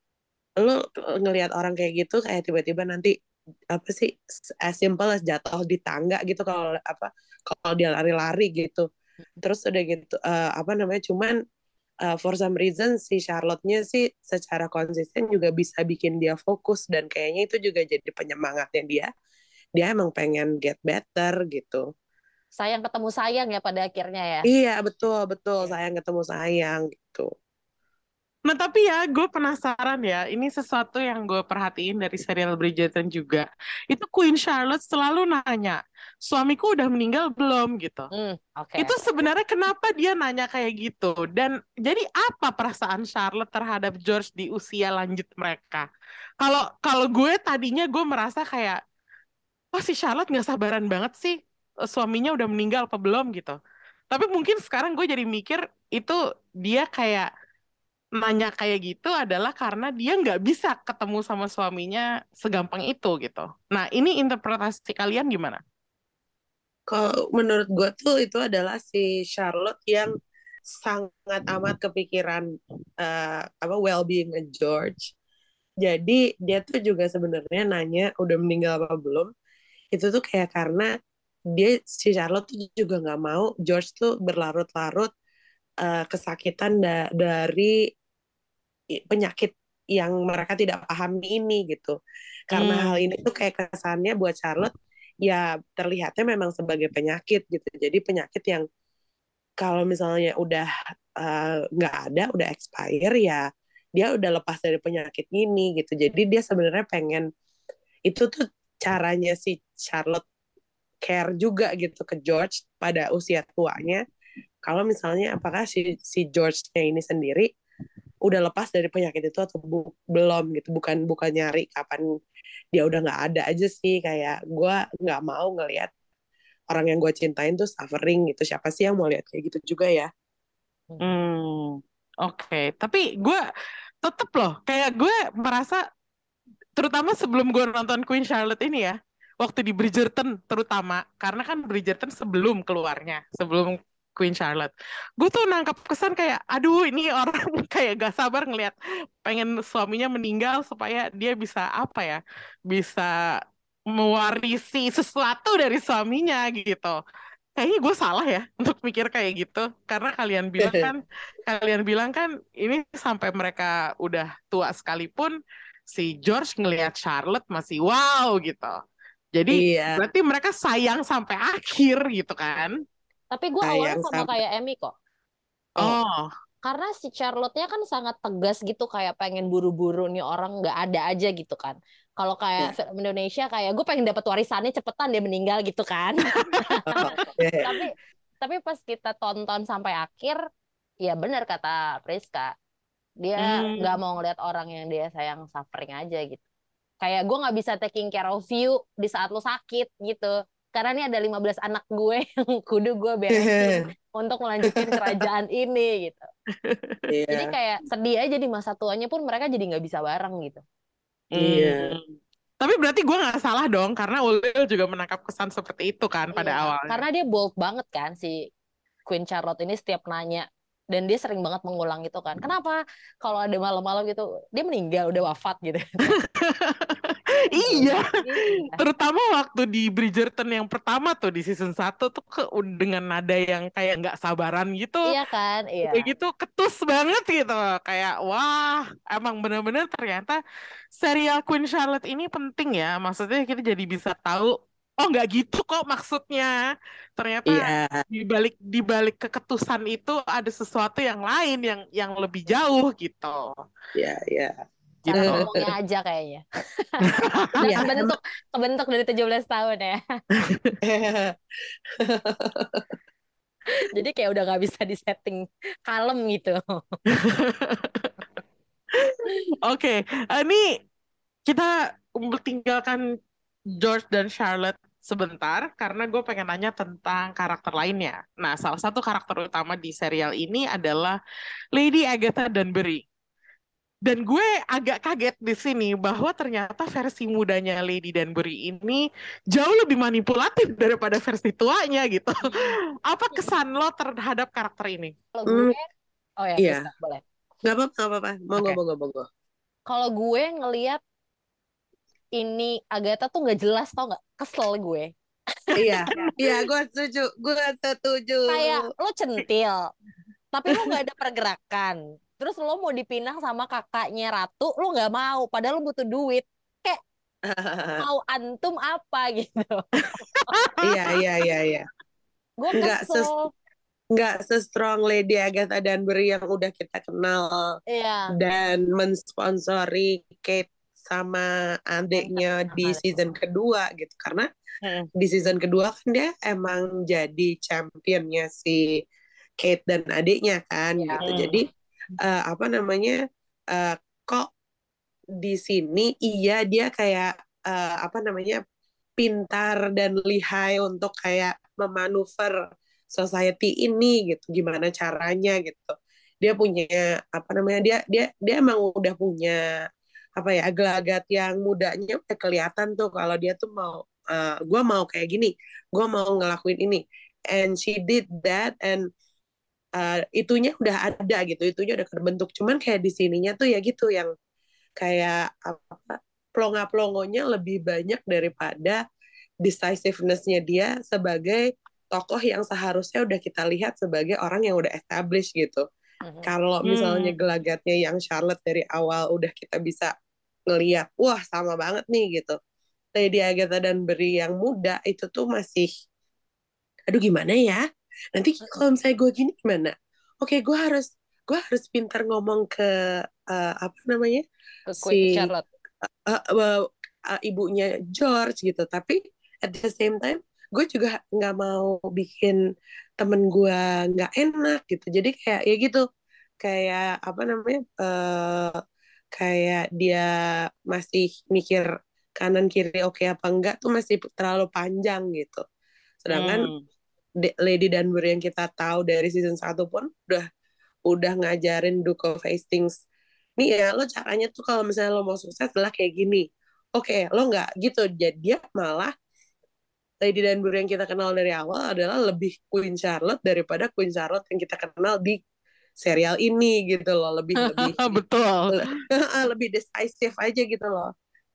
lu ngelihat orang kayak gitu kayak tiba-tiba nanti apa sih, as simple as jatuh di tangga gitu kalau apa, kalau dia lari-lari gitu. Terus udah gitu apa namanya, cuman for some reason si Charlotte-nya sih secara konsisten juga bisa bikin dia fokus, dan kayaknya itu juga jadi penyemangatnya dia. Dia emang pengen get better gitu. Sayang ketemu sayang ya pada akhirnya ya. Iya betul betul, Iya. sayang ketemu sayang gitu. Nah, tapi ya gue penasaran ya, ini sesuatu yang gue perhatiin dari serial Bridgerton juga. Itu Queen Charlotte selalu nanya, suamiku udah meninggal belum gitu. Oke. Itu sebenarnya kenapa dia nanya kayak gitu? Dan jadi apa perasaan Charlotte terhadap George di usia lanjut mereka? Kalau kalau gue tadinya gue merasa kayak, oh si Charlotte nggak sabaran banget sih, suaminya udah meninggal apa belum gitu. Tapi mungkin sekarang gue jadi mikir itu dia kayak nanya kayak gitu adalah karena dia nggak bisa ketemu sama suaminya segampang itu gitu. Nah, ini interpretasi kalian gimana? Kalau menurut gue tuh itu adalah si Charlotte yang sangat amat kepikiran apa well-being George. Jadi dia tuh juga sebenarnya nanya udah meninggal apa belum. Itu tuh kayak karena dia, si Charlotte tuh juga nggak mau George tuh berlarut-larut kesakitan dari penyakit yang mereka tidak pahami ini gitu. Karena hal ini tuh kayak kesannya buat Charlotte ya terlihatnya memang sebagai penyakit gitu. Jadi penyakit yang kalau misalnya udah nggak ada, udah expire ya dia udah lepas dari penyakit ini gitu. Jadi dia sebenarnya pengen, itu tuh caranya si Charlotte care juga gitu ke George pada usia tuanya. Kalau misalnya apakah si George-nya ini sendiri udah lepas dari penyakit itu atau belum gitu, bukan nyari kapan dia udah nggak ada aja sih, kayak gue nggak mau ngelihat orang yang gue cintain tuh suffering gitu, siapa sih yang mau lihat kayak gitu juga ya. Oke. Tapi gue tetep loh, kayak gue merasa, terutama sebelum gue nonton Queen Charlotte ini ya, waktu di Bridgerton terutama, karena kan Bridgerton sebelum keluarnya, sebelum Queen Charlotte, gue tuh nangkap kesan kayak, aduh ini orang kayak gak sabar ngelihat, pengen suaminya meninggal supaya dia bisa apa ya, bisa mewarisi sesuatu dari suaminya gitu. Kayaknya gue salah ya untuk mikir kayak gitu, karena kalian bilang kan ini sampai mereka udah tua sekalipun si George ngelihat Charlotte masih wow gitu. Jadi Iya, berarti mereka sayang sampai akhir gitu kan? Tapi gue awalnya sayang sama sampai, kayak Emmy kok. Oh, Karena si Charlotte-nya kan sangat tegas gitu, kayak pengen buru-buru nih orang nggak ada aja gitu kan. Kalau kayak ya. film Indonesia kayak gue pengen dapat warisannya cepetan dia meninggal gitu kan. Oh, ya, ya. Tapi tapi pas kita tonton sampai akhir, ya benar kata Priska, dia nggak hmm. mau ngeliat orang yang dia sayang suffering aja gitu. Kayak gue nggak bisa taking care of you di saat lo sakit gitu. Karena ini ada 15 anak gue yang kudu gue beresin untuk melanjutkan kerajaan ini gitu. Jadi Iya, kayak sedih aja di masa tuanya pun mereka jadi nggak bisa bareng gitu. iya, Hmm. Tapi berarti gue nggak salah dong, karena Ulil juga menangkap kesan seperti itu kan pada Iya, awalnya. karena dia bold banget kan si Queen Charlotte ini setiap nanya, dan dia sering banget mengulang gitu kan. Kenapa kalau ada malam-malam gitu dia meninggal udah wafat gitu. Iya, Iya. terutama waktu di Bridgerton yang pertama tuh di season 1 tuh dengan nada yang kayak nggak sabaran gitu. Iya kan? Iya. Kayak gitu ketus banget gitu. Kayak wah, emang bener-bener ternyata serial Queen Charlotte ini penting ya. Maksudnya kita jadi bisa tahu, oh nggak gitu kok maksudnya. Ternyata iya, di balik keketusan itu ada sesuatu yang lain yang lebih jauh gitu. iya, iya. Cara Gitu. ngomongnya aja kayaknya. Udah Iya, kebentuk kebentuk dari 17 tahun ya. Jadi kayak udah nggak bisa disetting kalem gitu. Oke, ini kita tinggalkan George dan Charlotte sebentar karena gue pengen nanya tentang karakter lainnya. Nah, salah satu karakter utama di serial ini adalah Lady Agatha Dunbury. Dan gue agak kaget di sini bahwa ternyata versi mudanya Lady Danbury ini jauh lebih manipulatif daripada versi tuanya gitu. Apa kesan lo terhadap karakter ini? Kalau Hmm, gue, oh ya, iya. bisa boleh. Nggak apa-apa, nggak apa-apa. Monggo, Oke. monggo. Kalau gue ngelihat ini Agatha tuh nggak jelas, tau nggak? Kesel gue. Iya, iya, gue setuju. Kayak lo centil, tapi lo nggak ada pergerakan. Terus lo mau dipinang sama kakaknya Ratu, lo nggak mau. Padahal lo butuh duit. Kayak mau antum apa gitu. Iya. Gue Nggak ses kesel. nggak se-strong Lady Agatha Danbury yang udah kita kenal Iya. dan mensponsori Kate sama adiknya di season kedua gitu. Karena di season kedua kan dia emang jadi championnya si Kate dan adiknya kan Iya. gitu. Jadi apa namanya kok di sini iya dia kayak apa namanya pintar dan lihai untuk kayak memanuver society ini gitu, gimana caranya gitu. Dia punya apa namanya, dia emang udah punya apa ya, gelagat yang mudanya udah kelihatan tuh kalau dia tuh mau gue mau kayak gini, gue mau ngelakuin ini, and she did that, and itunya udah ada gitu, itunya udah terbentuk. Cuman kayak di sininya tuh ya gitu, yang kayak apa, plonga-plongonya lebih banyak daripada decisiveness-nya dia sebagai tokoh yang seharusnya udah kita lihat sebagai orang yang udah established gitu. Kalau misalnya gelagatnya yang Charlotte dari awal udah kita bisa ngeliat, wah sama banget nih gitu. Lady Agatha dan Beri yang muda itu tuh masih, aduh gimana ya? Nanti kalau misalnya gue gini gimana? Oke, gue harus pintar ngomong ke apa namanya si Charlotte. Ibunya George gitu. Tapi at the same time gue juga nggak mau bikin temen gue nggak enak gitu. Jadi kayak ya gitu, kayak apa namanya kayak dia masih mikir kanan kiri oke apa enggak tuh masih terlalu panjang gitu. Sedangkan Lady Danbury yang kita tahu dari season 1 pun udah ngajarin Duke of Hastings nih ya, lo caranya tuh kalau misalnya lo mau sukses adalah kayak gini. Oke, lo nggak gitu. Jadi dia malah Lady Danbury yang kita kenal dari awal adalah lebih Queen Charlotte daripada Queen Charlotte yang kita kenal di serial ini gitu loh. Lebih Betul. lebih decisive aja gitu loh.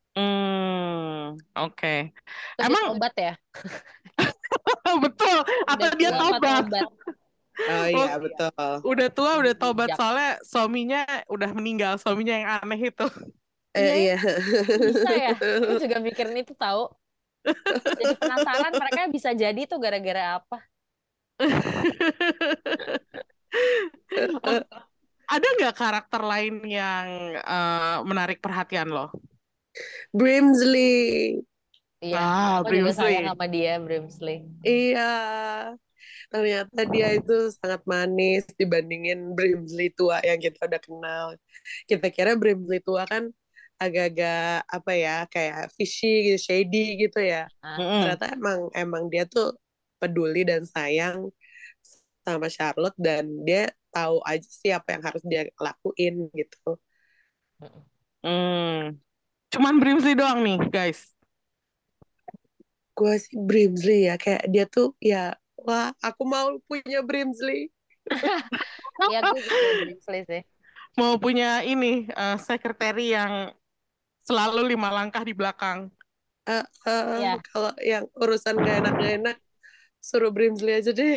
Oke. Emang obat ya? Betul. Atau dia tobat. Oh iya betul. Udah tua udah tobat soalnya suaminya udah meninggal, suaminya yang aneh itu. Iya. Bisa ya? Aku juga mikirin itu tahu. Jadi penasaran mereka bisa jadi tuh gara-gara apa? Ada nggak karakter lain yang menarik perhatian lo? Brimsley. Iya, aku juga sayang sama dia, Brimsley. Iya, ternyata dia itu sangat manis dibandingin Brimsley tua yang kita udah kenal. Kita kira Brimsley tua kan agak-agak apa ya, kayak fishy gitu, shady gitu ya. Ternyata emang dia tuh peduli dan sayang sama Charlotte, dan dia tahu aja sih apa yang harus dia lakuin gitu. Cuman Brimsley doang nih, guys. Gue sih Brimsley ya, kayak dia tuh ya, wah aku mau punya Brimsley. Ya gue juga Brimsley sih. Mau punya ini sekretari yang selalu 5 langkah di belakang. Kalau yang urusan gak enak suruh Brimsley aja deh.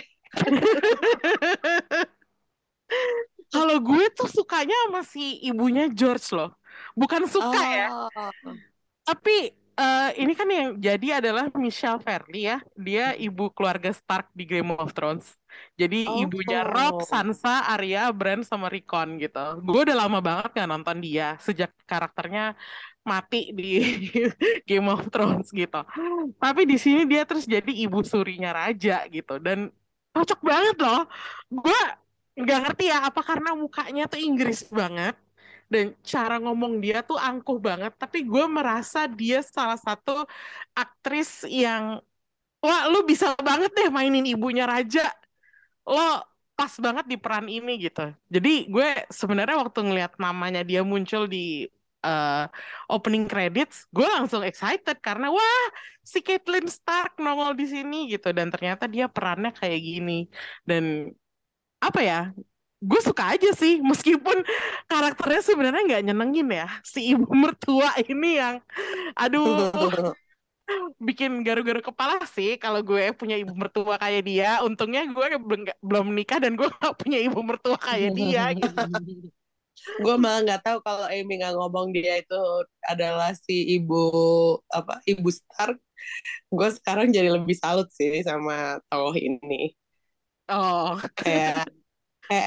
Kalau gue tuh sukanya sama si ibunya George loh. Bukan suka ya. Tapi ini kan yang jadi adalah Michelle Fairley ya. Dia ibu keluarga Stark di Game of Thrones. Jadi ibunya Robb, Sansa, Arya, Bran, sama Rickon gitu. Gue udah lama banget gak nonton dia. Sejak karakternya mati di Game of Thrones gitu. Tapi di sini dia terus jadi ibu surinya raja gitu. Dan cocok banget loh. Gue nggak ngerti ya, apa karena mukanya tuh Inggris banget dan cara ngomong dia tuh angkuh banget, tapi gue merasa dia salah satu aktris yang wah lu bisa banget deh mainin ibunya raja, lo pas banget di peran ini gitu. Jadi gue sebenarnya waktu ngelihat namanya dia muncul di eh, opening credits, gue langsung excited karena wah, si Caitlyn Stark nongol di sini gitu, dan ternyata dia perannya kayak gini. Dan apa ya, gue suka aja sih meskipun karakternya sebenarnya nggak nyenengin ya, si ibu mertua ini yang aduh bikin garu-garu kepala sih kalau gue punya ibu mertua kayak dia. Untungnya gue belum nikah dan gue gak punya ibu mertua kayak dia gitu. Gue malah nggak tahu kalau Amy nggak ngomong dia itu adalah si ibu Stark. Gue sekarang jadi lebih salut sih sama tokoh ini. Oh, Kayak kayak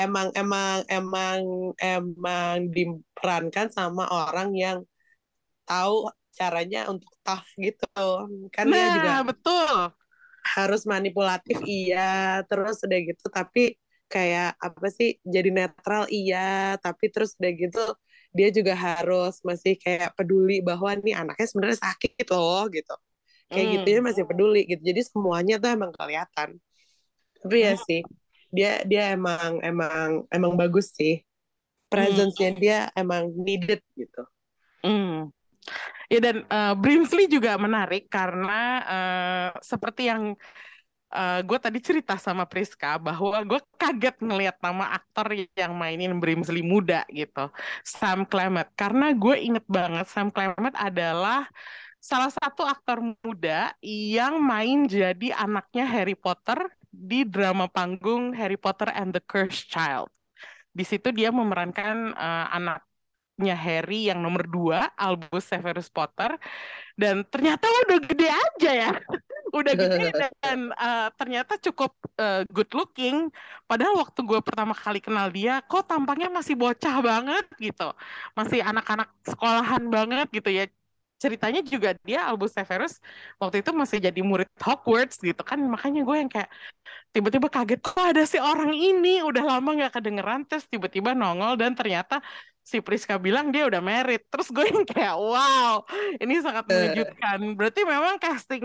emang diperankan sama orang yang tahu caranya untuk tough gitu. Kan dia juga nah betul. harus manipulatif iya, terus udah gitu tapi kayak apa sih jadi netral iya, tapi terus udah gitu dia juga harus masih kayak peduli bahwa nih anaknya sebenarnya sakit loh gitu. Kayak gitunya Hmm. masih peduli gitu. Jadi semuanya tuh emang kelihatan. Tapi ya Hmm. sih, dia dia emang bagus sih. Hmm. Presence-nya dia emang needed gitu. Hmm. Ya dan Brimsley juga menarik karena seperti yang gue tadi cerita sama Priska bahwa gue kaget ngelihat nama aktor yang mainin Brimsley muda gitu, Sam Clammett. Karena gue inget banget Sam Clammett adalah salah satu aktor muda yang main jadi anaknya Harry Potter di drama panggung Harry Potter and the Cursed Child. Di situ dia memerankan anaknya Harry yang nomor 2, Albus Severus Potter, dan ternyata udah gede aja ya. Udah gede dan ternyata cukup good looking. Padahal waktu gue pertama kali kenal dia, kok tampangnya masih bocah banget gitu. Masih anak-anak sekolahan banget gitu ya. Ceritanya juga dia, Albus Severus, waktu itu masih jadi murid Hogwarts gitu kan. Makanya gue yang kayak tiba-tiba kaget, kok ada si orang ini udah lama nggak kedengeran, terus tiba-tiba nongol dan ternyata si Priska bilang dia udah married. Terus gue yang kayak wow, ini sangat mengejutkan. Berarti memang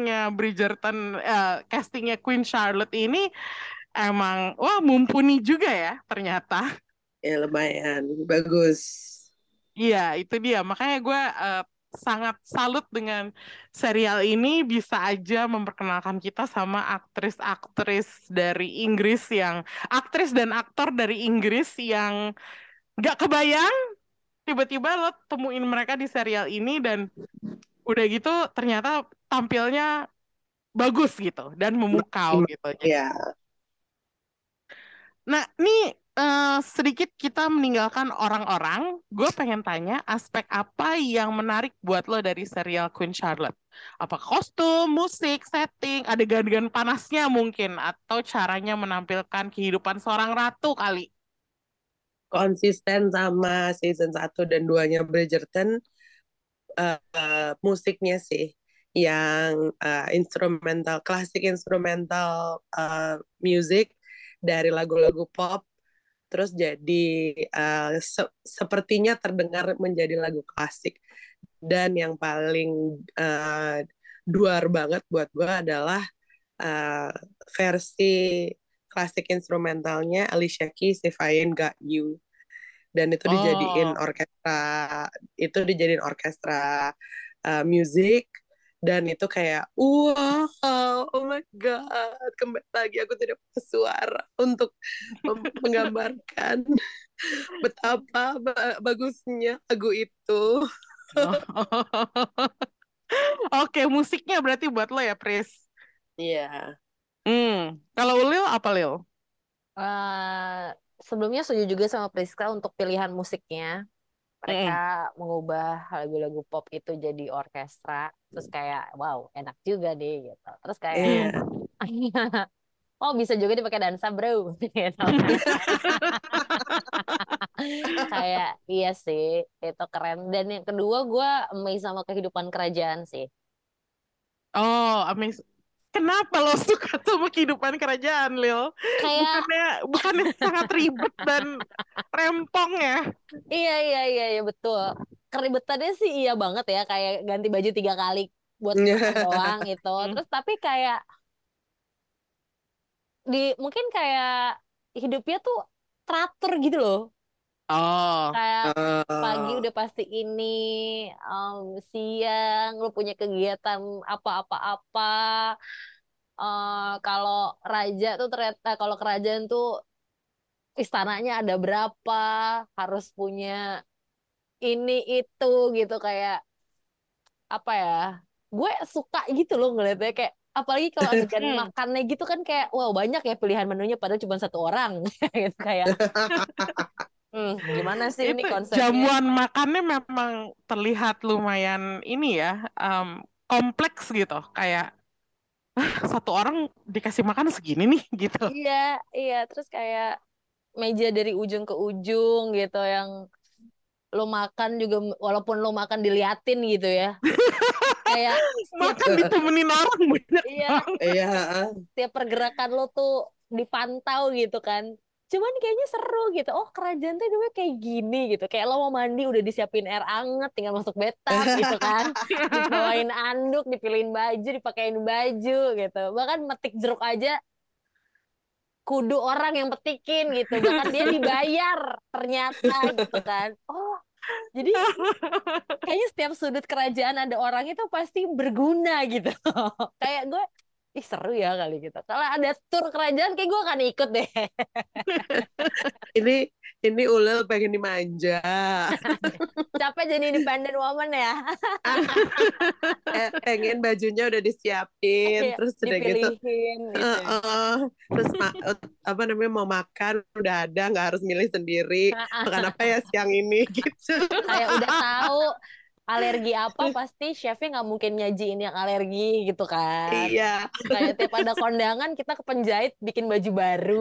castingnya Queen Charlotte ini emang wah mumpuni juga ya ternyata. Ya lumayan bagus. Iya, itu dia. Makanya gue sangat salut dengan serial ini bisa aja memperkenalkan kita sama aktris-aktris dari Inggris aktris dan aktor dari Inggris yang nggak kebayang tiba-tiba lo temuin mereka di serial ini dan udah gitu ternyata tampilnya bagus gitu dan memukau gitu. Jadi Ya, nah, ini sedikit kita meninggalkan orang-orang. Gue pengen tanya aspek apa yang menarik buat lo dari serial Queen Charlotte? Apa kostum, musik, setting, adegan-adegan panasnya mungkin, atau caranya menampilkan kehidupan seorang ratu kali? konsisten sama season 1 dan 2-nya Bridgerton. Musiknya sih yang instrumental, klasik instrumental music dari lagu-lagu pop terus jadi sepertinya terdengar menjadi lagu klasik. Dan yang paling duar banget buat gue adalah uh, versi klasik instrumentalnya Alicia Keys If I Ain't Got You. Dan Oh, itu dijadiin orkestra musik, dan itu kayak wow, oh my god, kembali lagi aku tidak punya suara untuk menggambarkan betapa bagusnya lagu itu. oke, musiknya berarti buat lo ya, Pris. Iya. Kalau Lil apa Lil? Eh, Sebelumnya setuju juga sama Priska untuk pilihan musiknya. Mereka Mm. mengubah lagu-lagu pop itu jadi orkestra. Terus kayak, wow, enak juga deh gitu. Terus kayak, Iya. oh bisa juga dipakai dansa bro. Gitu kan. Kayak, iya sih, itu keren. Dan yang kedua, gue amazed sama kehidupan kerajaan sih. Oh, amazing. Kenapa lo suka sama kehidupan kerajaan, Lil? Kayak, Bukannya sangat ribet dan rempong ya? iya, iya, iya, iya, betul. Keribetannya sih iya banget ya, kayak ganti baju 3 kali buat makan doang itu. Hmm. Terus tapi kayak mungkin kayak hidupnya tuh teratur gitu loh. Oh, Kayak pagi Eh, udah pasti ini, siang lu punya kegiatan apa-apa-apa. Kalau raja tuh ternyata kalau kerajaan tuh istananya ada berapa, harus punya ini itu gitu kayak apa ya? Gue suka gitu loh ngeliatnya kayak apalagi kalau adegan hmm. makannya gitu kan kayak wow banyak ya pilihan menunya padahal cuma satu orang gitu kayak gimana sih ini Itu konsepnya? jamuan makannya memang terlihat lumayan ini ya, kompleks gitu. Kayak satu orang dikasih makan segini nih gitu. Iya, iya. Terus kayak meja dari ujung ke ujung gitu yang lo makan juga walaupun lo makan diliatin gitu ya. Kayak setiap Makan ditemenin orang banyak iya, banget. Iya, setiap pergerakan lo tuh dipantau gitu kan. Cuman kayaknya seru gitu. Oh, kerajaan tuh dulu kayak gini gitu. Kayak lo mau mandi udah disiapin air anget, tinggal masuk bathtub gitu kan. Dibawain anduk, dipilihin baju, dipakein baju gitu. Bahkan metik jeruk aja kudu orang yang petikin gitu. Bahkan dia dibayar ternyata gitu kan. Oh, jadi kayaknya setiap sudut kerajaan ada orang itu pasti berguna gitu. Kayak gue, ih seru ya kali gitu. Kalau ada tur kerajaan kayak gue akan ikut deh. ini ini Ulil pengen dimanja. Capek jadi independent woman ya. Pengen bajunya udah disiapin, terus udah gitu, Dipilihin gitu. terus apa namanya mau makan udah ada, nggak harus milih sendiri makan apa ya siang ini gitu. Kayak udah tahu alergi apa pasti chefnya nggak mungkin nyajiin yang alergi gitu kan. Iya. Kayak tiap ada kondangan kita ke penjahit bikin baju baru.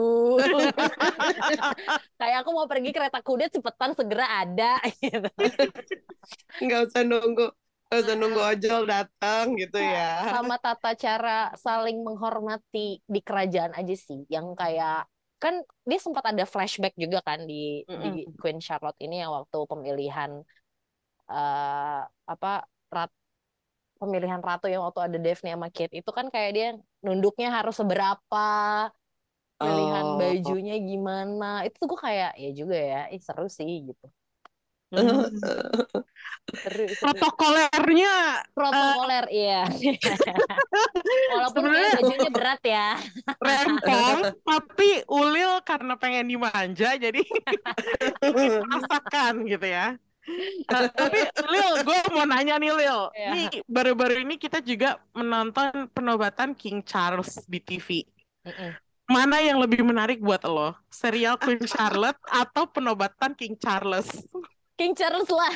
Kayak aku mau pergi kereta kuda cepetan segera ada gitu. nggak usah nunggu nggak usah nunggu ojol datang gitu ya. Sama tata cara saling menghormati di kerajaan aja sih yang kayak kan dia sempat ada flashback juga kan di Mm-mm. Queen Charlotte ini yang waktu pemilihan eh apa rat, pemilihan ratu yang waktu ada Daphne sama Kate itu kan kayak dia nunduknya harus seberapa, pilihan Oh. bajunya gimana itu tuh gue kayak ya juga ya seru sih gitu. Hmm. Seru Protokolernya eh, protokoler iya. Walaupun kayak sebenarnya bajunya berat ya. rempong, tapi Ulil karena pengen dimanja, jadi dipaksakan gitu ya. Tapi Lil, gue mau nanya nih Lil, ini Iya. baru-baru ini kita juga menonton penobatan King Charles di TV. Mm-mm. Mana yang lebih menarik buat lo? Serial Queen Charlotte atau penobatan King Charles? King Charles lah.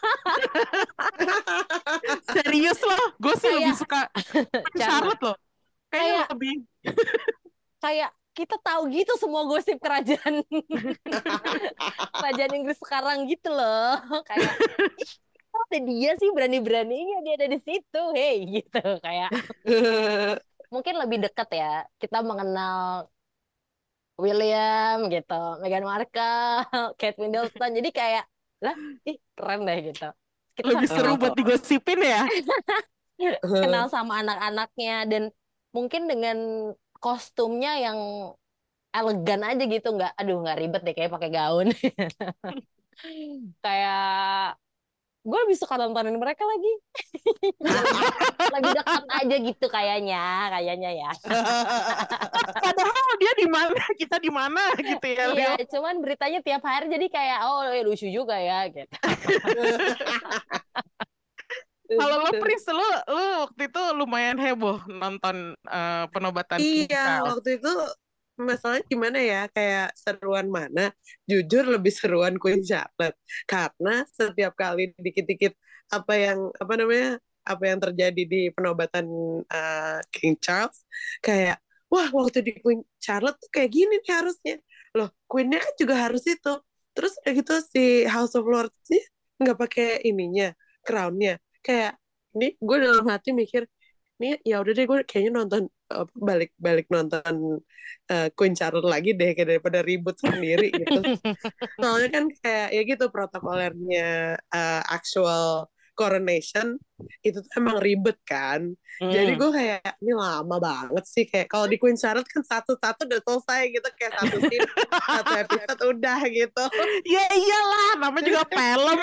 Serius loh, gue sih lebih Kayak suka Queen Charles. Charlotte loh. Kayaknya Kayak lebih. kayak kita tahu gitu semua gosip kerajaan kerajaan Inggris sekarang gitu loh. Kayak ih, kok ada dia sih berani-beraninya dia ada di situ. Hey gitu kayak mungkin lebih dekat ya. Kita mengenal William gitu, Meghan Markle, Kate Middleton. Jadi kayak lah, ih keren deh gitu. Kita Lebih sampai seru buat digosipin ya. kenal sama anak-anaknya dan mungkin dengan kostumnya yang elegan aja gitu nggak aduh nggak ribet deh kayak pakai gaun kayak gue lebih suka nontonin mereka lagi lebih dekat aja gitu kayaknya ya Padahal dia di mana, kita di mana gitu ya iya Lil. cuman beritanya tiap hari jadi kayak oh lucu juga ya gitu. Kalau lo Pris, lo waktu itu lumayan heboh nonton penobatan King Iya, Charles. waktu itu masalahnya gimana ya, kayak seruan mana? Jujur lebih seruan Queen Charlotte. Karena setiap kali dikit-dikit apa namanya, apa yang terjadi di penobatan King Charles, kayak, wah waktu di Queen Charlotte tuh kayak gini nih harusnya. Loh, Queen-nya kan juga harus itu. Terus kayak gitu si House of Lords sih nggak pakai ininya, crown-nya. Kayak, ini gue dalam hati mikir, nih ya udah deh gue kayaknya nonton balik-balik nonton Queen Charlotte lagi deh kayak daripada ribut sendiri gitu. Soalnya kan kayak ya gitu protokolernya actual coronation itu tuh emang ribet kan. Jadi gue kayak ini lama banget sih, kayak kalau di Queen Charlotte kan satu-satu udah selesai gitu, kayak satu scene satu episode udah gitu. Ya iyalah, namanya juga film.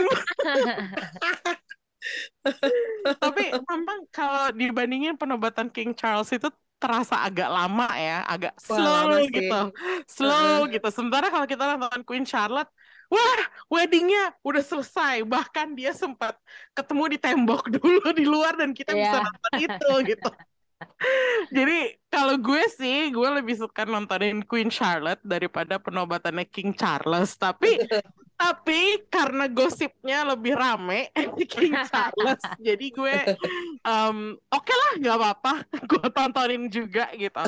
Tapi memang kalau dibandingin penobatan King Charles itu terasa agak lama ya, agak Wah lama slow sih. gitu, slow gitu. Sementara kalau kita nonton Queen Charlotte, wah weddingnya udah selesai, bahkan dia sempat ketemu di tembok dulu di luar dan kita bisa Iya. nonton itu gitu. Jadi kalau gue sih, gue lebih suka nontonin Queen Charlotte daripada penobatannya King Charles. Tapi karena gosipnya lebih rame di King Charles, jadi gue oke lah, nggak apa-apa, gue tontonin juga gitu.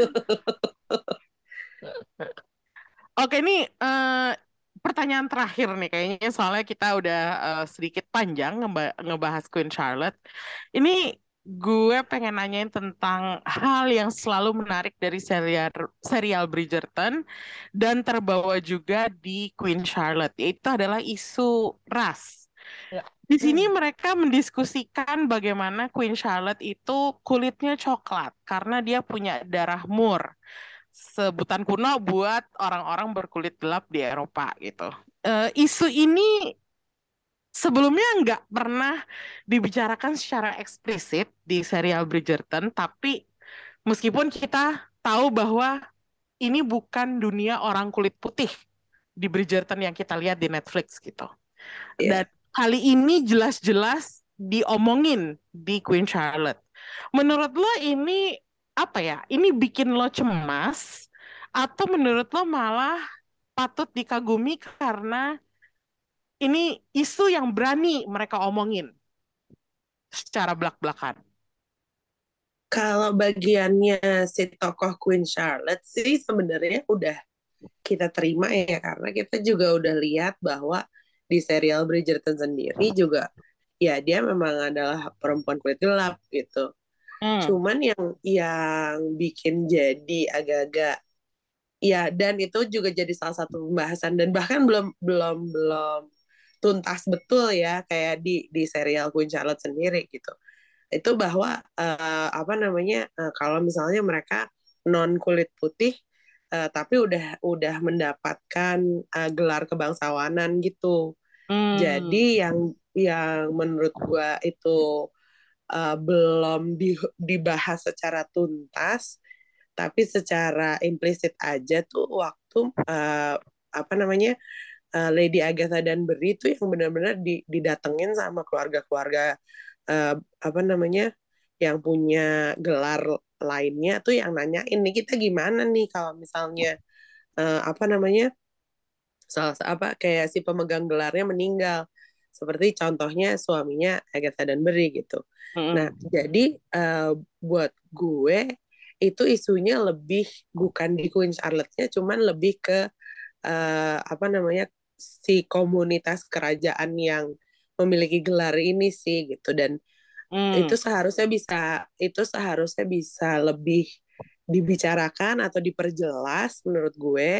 Oke, ini pertanyaan terakhir nih kayaknya, soalnya kita udah sedikit panjang ngebahas Queen Charlotte. Ini gue pengen nanyain tentang hal yang selalu menarik dari serial Bridgerton dan terbawa juga di Queen Charlotte, yaitu adalah isu ras. Ya. Di sini mereka mendiskusikan bagaimana Queen Charlotte itu kulitnya coklat karena dia punya darah Moor, sebutan kuno buat orang-orang berkulit gelap di Eropa gitu. Isu ini sebelumnya nggak pernah dibicarakan secara eksplisit di serial Bridgerton, tapi meskipun kita tahu bahwa ini bukan dunia orang kulit putih di Bridgerton yang kita lihat di Netflix gitu. Dan Iya. kali ini jelas-jelas diomongin di Queen Charlotte. Menurut lo ini apa ya? Ini bikin lo cemas atau menurut lo malah patut dikagumi karena ini isu yang berani mereka omongin secara belak-belakan? Kalau bagiannya si tokoh Queen Charlotte sih sebenarnya udah kita terima ya, karena kita juga udah lihat bahwa di serial Bridgerton sendiri juga ya dia memang adalah perempuan kulit gelap gitu. Cuman yang bikin jadi agak-agak ya, dan itu juga jadi salah satu pembahasan dan bahkan belum belum belum tuntas betul ya, kayak di serial Queen Charlotte sendiri gitu. Itu bahwa apa namanya, kalau misalnya mereka non kulit putih tapi udah mendapatkan gelar kebangsawanan gitu. Jadi yang menurut gua itu belum dibahas secara tuntas, tapi secara implisit aja tuh waktu apa namanya, Lady Agatha dan Berry itu yang benar-benar didatengin sama keluarga-keluarga apa namanya, yang punya gelar lainnya tuh, yang nanya ini kita gimana nih kalau misalnya apa namanya, salah apa kayak si pemegang gelarnya meninggal, seperti contohnya suaminya Agatha dan Berry gitu. Nah jadi buat gue itu isunya lebih bukan di Queen Charlotte-nya, cuman lebih ke apa namanya, si komunitas kerajaan yang memiliki gelar ini sih gitu. Dan itu seharusnya bisa lebih dibicarakan atau diperjelas menurut gue.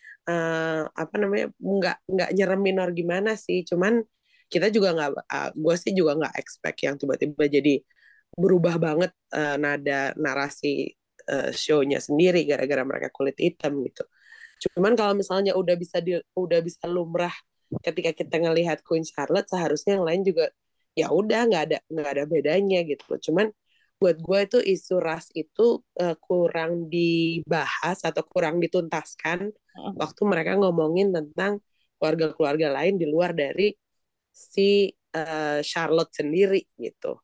Apa namanya, nggak nyeremin or gimana sih, cuman kita juga nggak, gue sih juga nggak expect yang tiba-tiba jadi berubah banget nada narasi show-nya sendiri gara-gara mereka kulit hitam gitu. Cuman kalau misalnya udah bisa lumrah ketika kita ngelihat Queen Charlotte, seharusnya yang lain juga ya udah nggak ada bedanya gitu loh. Cuman buat gue itu isu ras itu kurang dibahas atau kurang dituntaskan waktu mereka ngomongin tentang keluarga-keluarga lain di luar dari si Charlotte sendiri gitu.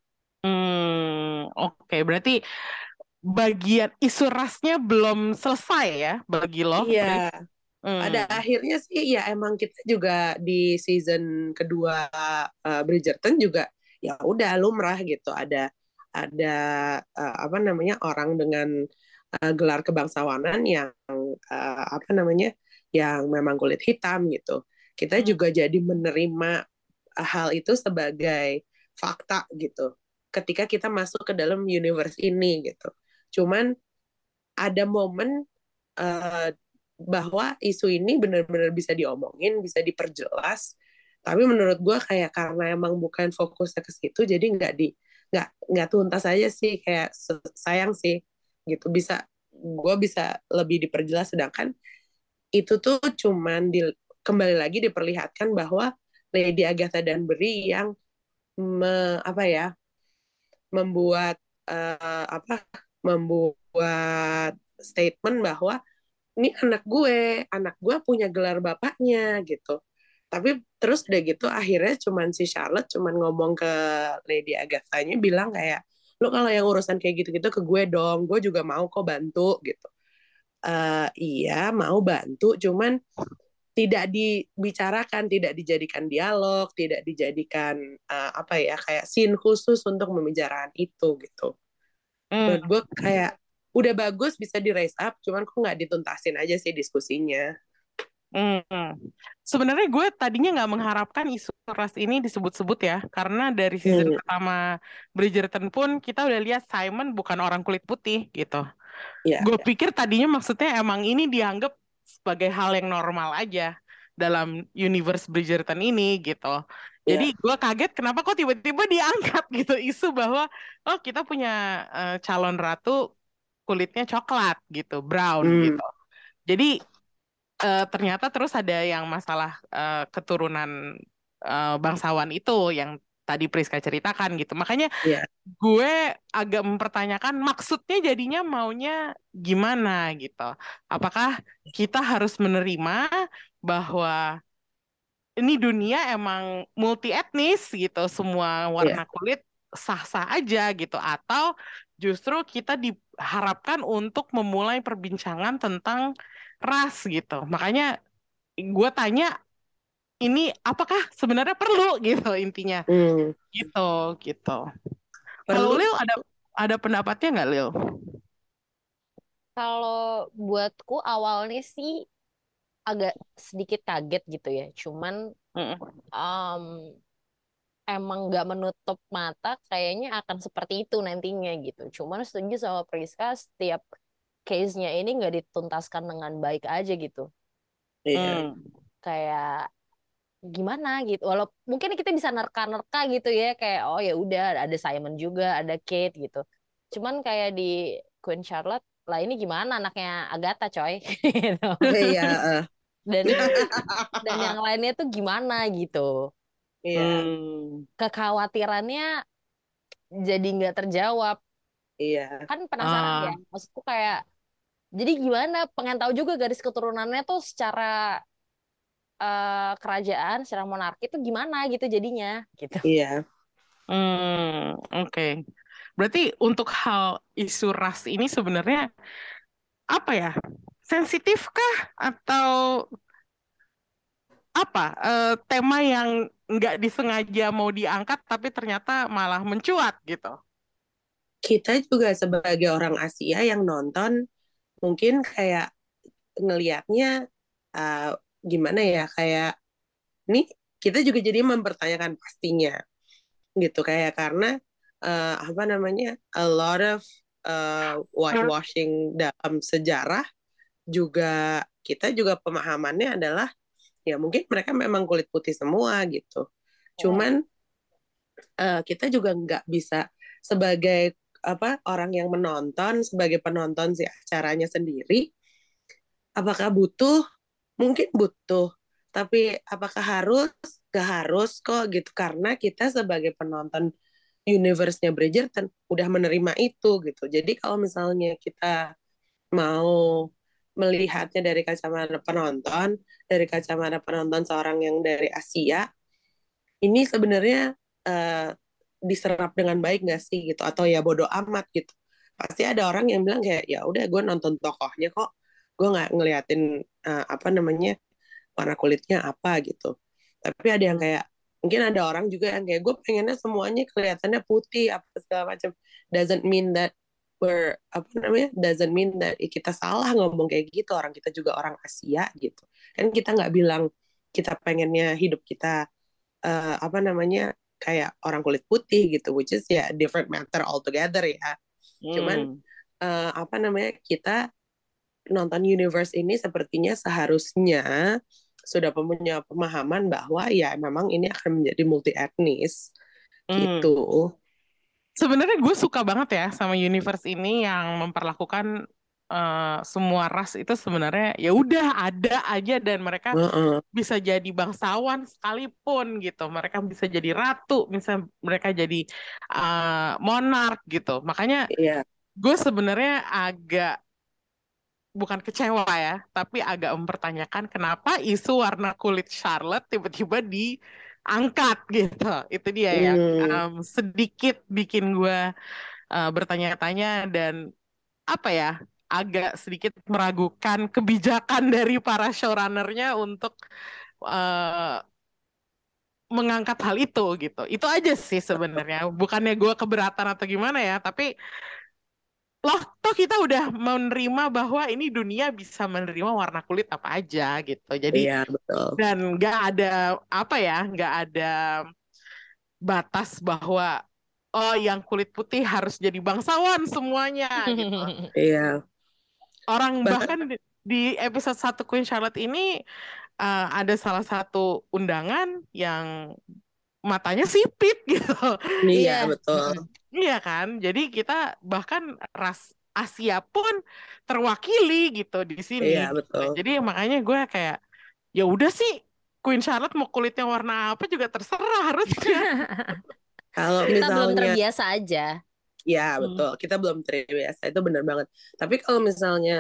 Oke, berarti bagian isu rasnya belum selesai ya bagi lo? Iya. Pada akhirnya sih ya emang kita juga di season kedua Bridgerton juga ya udah lumrah gitu, ada apa namanya, orang dengan gelar kebangsawanan yang apa namanya, yang memang kulit hitam gitu. Kita juga jadi menerima hal itu sebagai fakta gitu ketika kita masuk ke dalam universe ini gitu. Cuman ada momen bahwa isu ini benar-benar bisa diomongin, bisa diperjelas Tapi menurut gue kayak karena emang bukan fokusnya ke situ, jadi nggak tuntas aja sih, kayak sayang sih gitu. Gue bisa lebih diperjelas, sedangkan itu tuh cuman kembali lagi diperlihatkan bahwa Lady Agatha Danbury yang apa ya, membuat apa membuat statement bahwa ini anak gue punya gelar bapaknya gitu. Tapi terus udah gitu akhirnya cuman si Charlotte cuman ngomong ke Lady Agatha-nya, bilang kayak, lo kalau yang urusan kayak gitu-gitu ke gue dong, gue juga mau kok bantu gitu. Iya mau bantu, cuman tidak dibicarakan, tidak dijadikan dialog, tidak dijadikan apa ya, kayak scene khusus untuk membicarakan itu gitu. Hmm. Menurut gue kayak udah bagus bisa di raise up, cuman kok nggak dituntasin aja sih diskusinya. Hmm. Sebenarnya gue tadinya nggak mengharapkan isu ras ini disebut-sebut ya, karena dari season Hmm, pertama Bridgerton pun kita udah lihat Simon bukan orang kulit putih gitu. ya, Gue pikir tadinya maksudnya emang ini dianggap sebagai hal yang normal aja dalam universe Bridgerton ini gitu. ya. Jadi gue kaget kenapa kok tiba-tiba diangkat gitu isu bahwa oh kita punya calon ratu kulitnya coklat gitu, brown Hmm, gitu. Jadi ternyata terus ada yang masalah keturunan bangsawan itu yang tadi Priska ceritakan gitu. Makanya ya, gue agak mempertanyakan maksudnya jadinya maunya gimana gitu. Apakah kita harus menerima bahwa ini dunia emang multi etnis gitu, semua ya. warna kulit sah-sah aja gitu, atau justru kita diharapkan untuk memulai perbincangan tentang ras gitu. Makanya gue tanya ini apakah sebenarnya perlu gitu intinya Hmm. gitu gitu. Kalau Perlu. Lil ada pendapatnya nggak Lil? Kalau buatku awalnya sih agak sedikit kaget gitu ya. Cuman Mm. em, emang nggak menutup mata kayaknya akan seperti itu nantinya gitu. Cuman setuju sama Priska, setiap case-nya ini nggak dituntaskan dengan baik aja gitu. Iya. Mm. Kayak gimana gitu. Walau mungkin kita bisa nerka-nerka gitu ya, kayak oh ya udah ada Simon juga, ada Kate gitu. Cuman kayak di Queen Charlotte lah, ini gimana anaknya Agatha coy gitu. Iya. Dan yang lainnya tuh gimana gitu. Iya. Hmm. Kekhawatirannya jadi nggak terjawab. Iya. Kan penasaran ya. Ah. Maksudku kayak jadi gimana? Pengen tahu juga garis keturunannya tuh secara kerajaan, secara monarki itu gimana gitu jadinya gitu. Iya. Oke. Berarti untuk hal isu ras ini sebenarnya apa ya? Sensitifkah atau apa tema yang nggak disengaja mau diangkat tapi ternyata malah mencuat gitu? Kita juga sebagai orang Asia yang nonton mungkin kayak ngelihatnya uh, gimana ya, kayak nih kita juga jadi mempertanyakan pastinya gitu, kayak karena apa namanya, a lot of whitewashing dalam sejarah juga, kita juga pemahamannya adalah ya mungkin mereka memang kulit putih semua gitu, cuman kita juga nggak bisa sebagai apa orang yang menonton, sebagai penonton si acaranya sendiri, apakah butuh, mungkin butuh, tapi apakah harus, gak harus kok gitu, karena kita sebagai penonton universe-nya Bridgerton udah menerima itu gitu. Jadi kalau misalnya kita mau melihatnya dari kacamata penonton, dari kacamata penonton seorang yang dari Asia, ini sebenarnya uh, diserap dengan baik gak sih gitu, atau ya bodo amat gitu. Pasti ada orang yang bilang kayak ya udah gue nonton tokohnya kok, gue nggak ngeliatin apa namanya, warna kulitnya apa gitu. Tapi ada yang kayak, mungkin ada orang juga yang kayak gue pengennya semuanya kelihatannya putih apa segala macam. Doesn't mean that apa namanya, doesn't mean that kita salah ngomong kayak gitu, orang kita juga orang Asia gitu kan. Kita nggak bilang kita pengennya hidup kita apa namanya, kayak orang kulit putih gitu, which is ya different matter altogether ya. Cuman Hmm. apa namanya, kita nonton universe ini sepertinya seharusnya sudah punya pemahaman bahwa ya memang ini akan menjadi multi etnis Hmm. gitu. Sebenarnya gue suka banget ya sama universe ini yang memperlakukan semua ras itu sebenarnya ya udah ada aja dan mereka Heeh. bisa jadi bangsawan sekalipun gitu. Mereka bisa jadi ratu, bisa mereka jadi monark gitu. Makanya Iya, gue sebenarnya agak bukan kecewa ya, tapi agak mempertanyakan kenapa isu warna kulit Charlotte tiba-tiba diangkat gitu. Itu dia yang hmm, sedikit bikin gue bertanya-tanya dan apa ya, agak sedikit meragukan kebijakan dari para showrunner-nya untuk eh, mengangkat hal itu gitu. Itu aja sih sebenarnya. Bukannya gue keberatan atau gimana ya, tapi loh toh kita udah menerima bahwa ini dunia bisa menerima warna kulit apa aja gitu. Jadi iya betul. dan nggak ada apa ya, nggak ada batas bahwa oh yang kulit putih harus jadi bangsawan semuanya gitu. Iya. Orang Bahkan bahkan di episode satu Queen Charlotte ini ada salah satu undangan yang matanya sipit gitu. iya Iya. betul. Iya kan? Jadi kita bahkan ras Asia pun terwakili gitu di sini Iya gitu. betul. Jadi makanya gue kayak ya udah sih Queen Charlotte mau kulitnya warna apa juga terserah harusnya. Kalau Kita belum misalnya terbiasa aja. ya Hmm. betul, kita belum terbiasa itu benar banget. Tapi kalau misalnya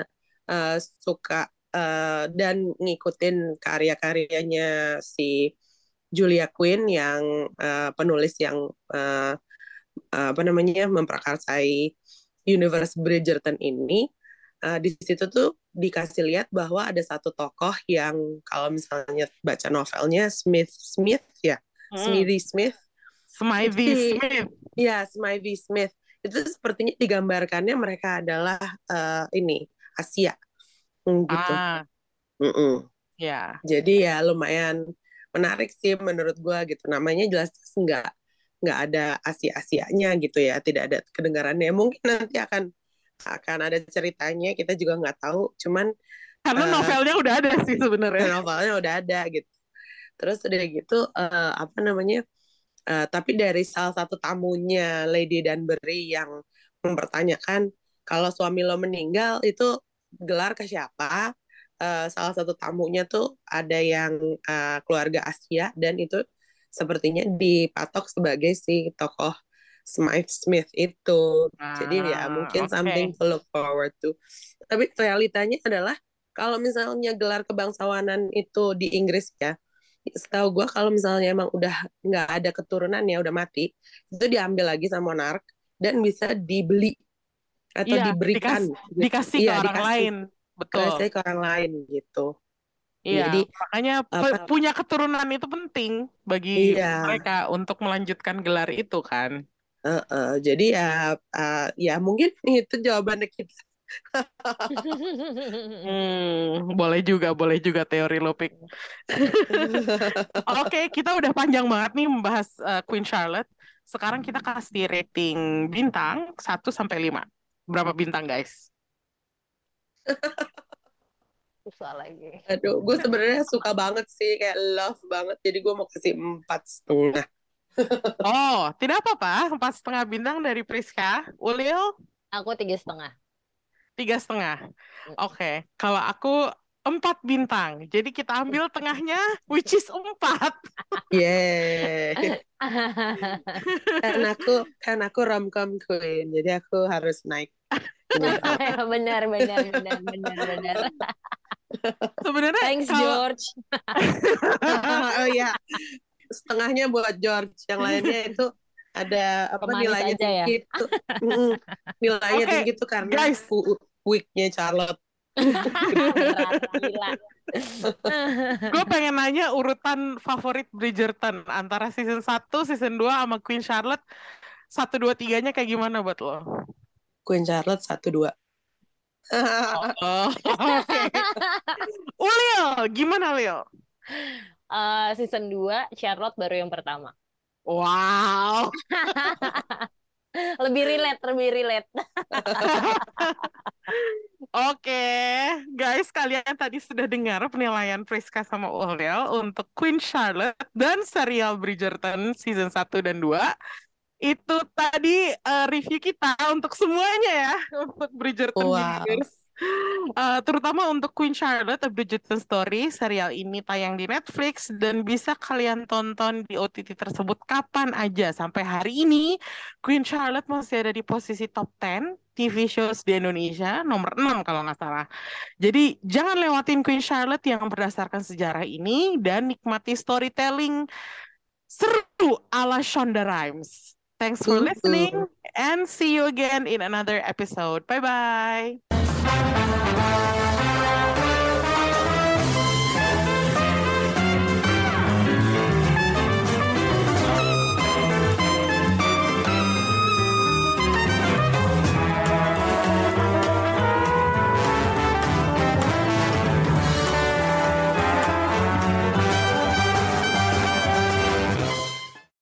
suka dan ngikutin karya-karyanya si Julia Quinn yang penulis yang uh, apa namanya memprakarsai Universe Bridgerton ini, di situ tuh dikasih lihat bahwa ada satu tokoh yang kalau misalnya baca novelnya Smith Smith ya, Hmm. Smithy Smith itu Smythe Smith. ya Smivey Smith itu sepertinya digambarkannya mereka adalah ini Asia. Gitu. Ah, Mm-mm. ya. Jadi ya lumayan menarik sih menurut gua gitu. Namanya jelas nggak ada Asia-Asianya gitu ya, tidak ada kedengarannya. Mungkin nanti akan ada ceritanya, kita juga nggak tahu. Cuman Karena uh, novelnya udah ada sih sebenarnya. novelnya udah ada gitu. Terus udah gitu apa namanya? Tapi dari salah satu tamunya Lady Danbury yang mempertanyakan kalau suami lo meninggal itu gelar ke siapa? Salah satu tamunya tuh ada yang keluarga Asia dan itu sepertinya dipatok sebagai si tokoh Smythe Smith itu. Jadi ya mungkin something Oke. to look forward to. Tapi realitanya adalah kalau misalnya gelar kebangsawanan itu di Inggris ya, setahu gue kalau misalnya emang udah nggak ada keturunan ya udah mati itu diambil lagi sama monark dan bisa dibeli atau Iya, diberikan gitu. dikasih ke Iya orang lain. Betul. dikasih ke orang lain gitu. Iya, Jadi makanya apa punya keturunan itu penting bagi iya mereka untuk melanjutkan gelar itu kan. jadi ya ya mungkin itu jawabannya kita. Boleh juga teori Lopik. Oke, kita udah panjang banget nih membahas Queen Charlotte. Sekarang kita kasih rating bintang 1 sampai 5. Berapa bintang, guys? Susah lagi. Aduh, gue sebenarnya suka banget sih kayak love banget. Jadi gue mau kasih 4,5. Oh, tidak apa-apa. 4,5 bintang dari Priska. Ulil, Aku 3,5. 3,5. Oke, kalau aku 4 bintang. Jadi kita ambil tengahnya, which is 4. Yeay. Kan aku romcom queen, jadi aku harus naik ini berapa? Benar, benar, benar, benar, benar. Sebenarnya Thanks, kalau George. Oh ya, setengahnya buat George, yang lainnya itu ada apa Pemanis nilainya aja ya. tinggi itu. Nilainya Oke, tinggi tuh karena guys. wignya Charlotte. Berat, gila. Gue pengen nanya urutan favorit Bridgerton antara season 1, season 2 sama Queen Charlotte. 1, 2, 3-nya kayak gimana buat lo? Queen Charlotte 1-2. Oh, oke. Ulil, gimana Lil? Season 2, Charlotte baru yang pertama. Wow. Lebih relate, lebih relate. Oke, guys, kalian tadi sudah dengar penilaian Priska sama Ulil untuk Queen Charlotte dan serial Bridgerton season 1 dan 2. Itu tadi review kita untuk semuanya ya, untuk Bridgerton Wow. Universe. Terutama untuk Queen Charlotte, A Bridgerton Story, serial ini tayang di Netflix dan bisa kalian tonton di OTT tersebut kapan aja. Sampai hari ini, Queen Charlotte masih ada di posisi top 10 TV shows di Indonesia, nomor 6 kalau nggak salah. Jadi jangan lewatin Queen Charlotte yang berdasarkan sejarah ini dan nikmati storytelling seru ala Shonda Rhimes. Thanks for listening and see you again in another episode. Bye-bye.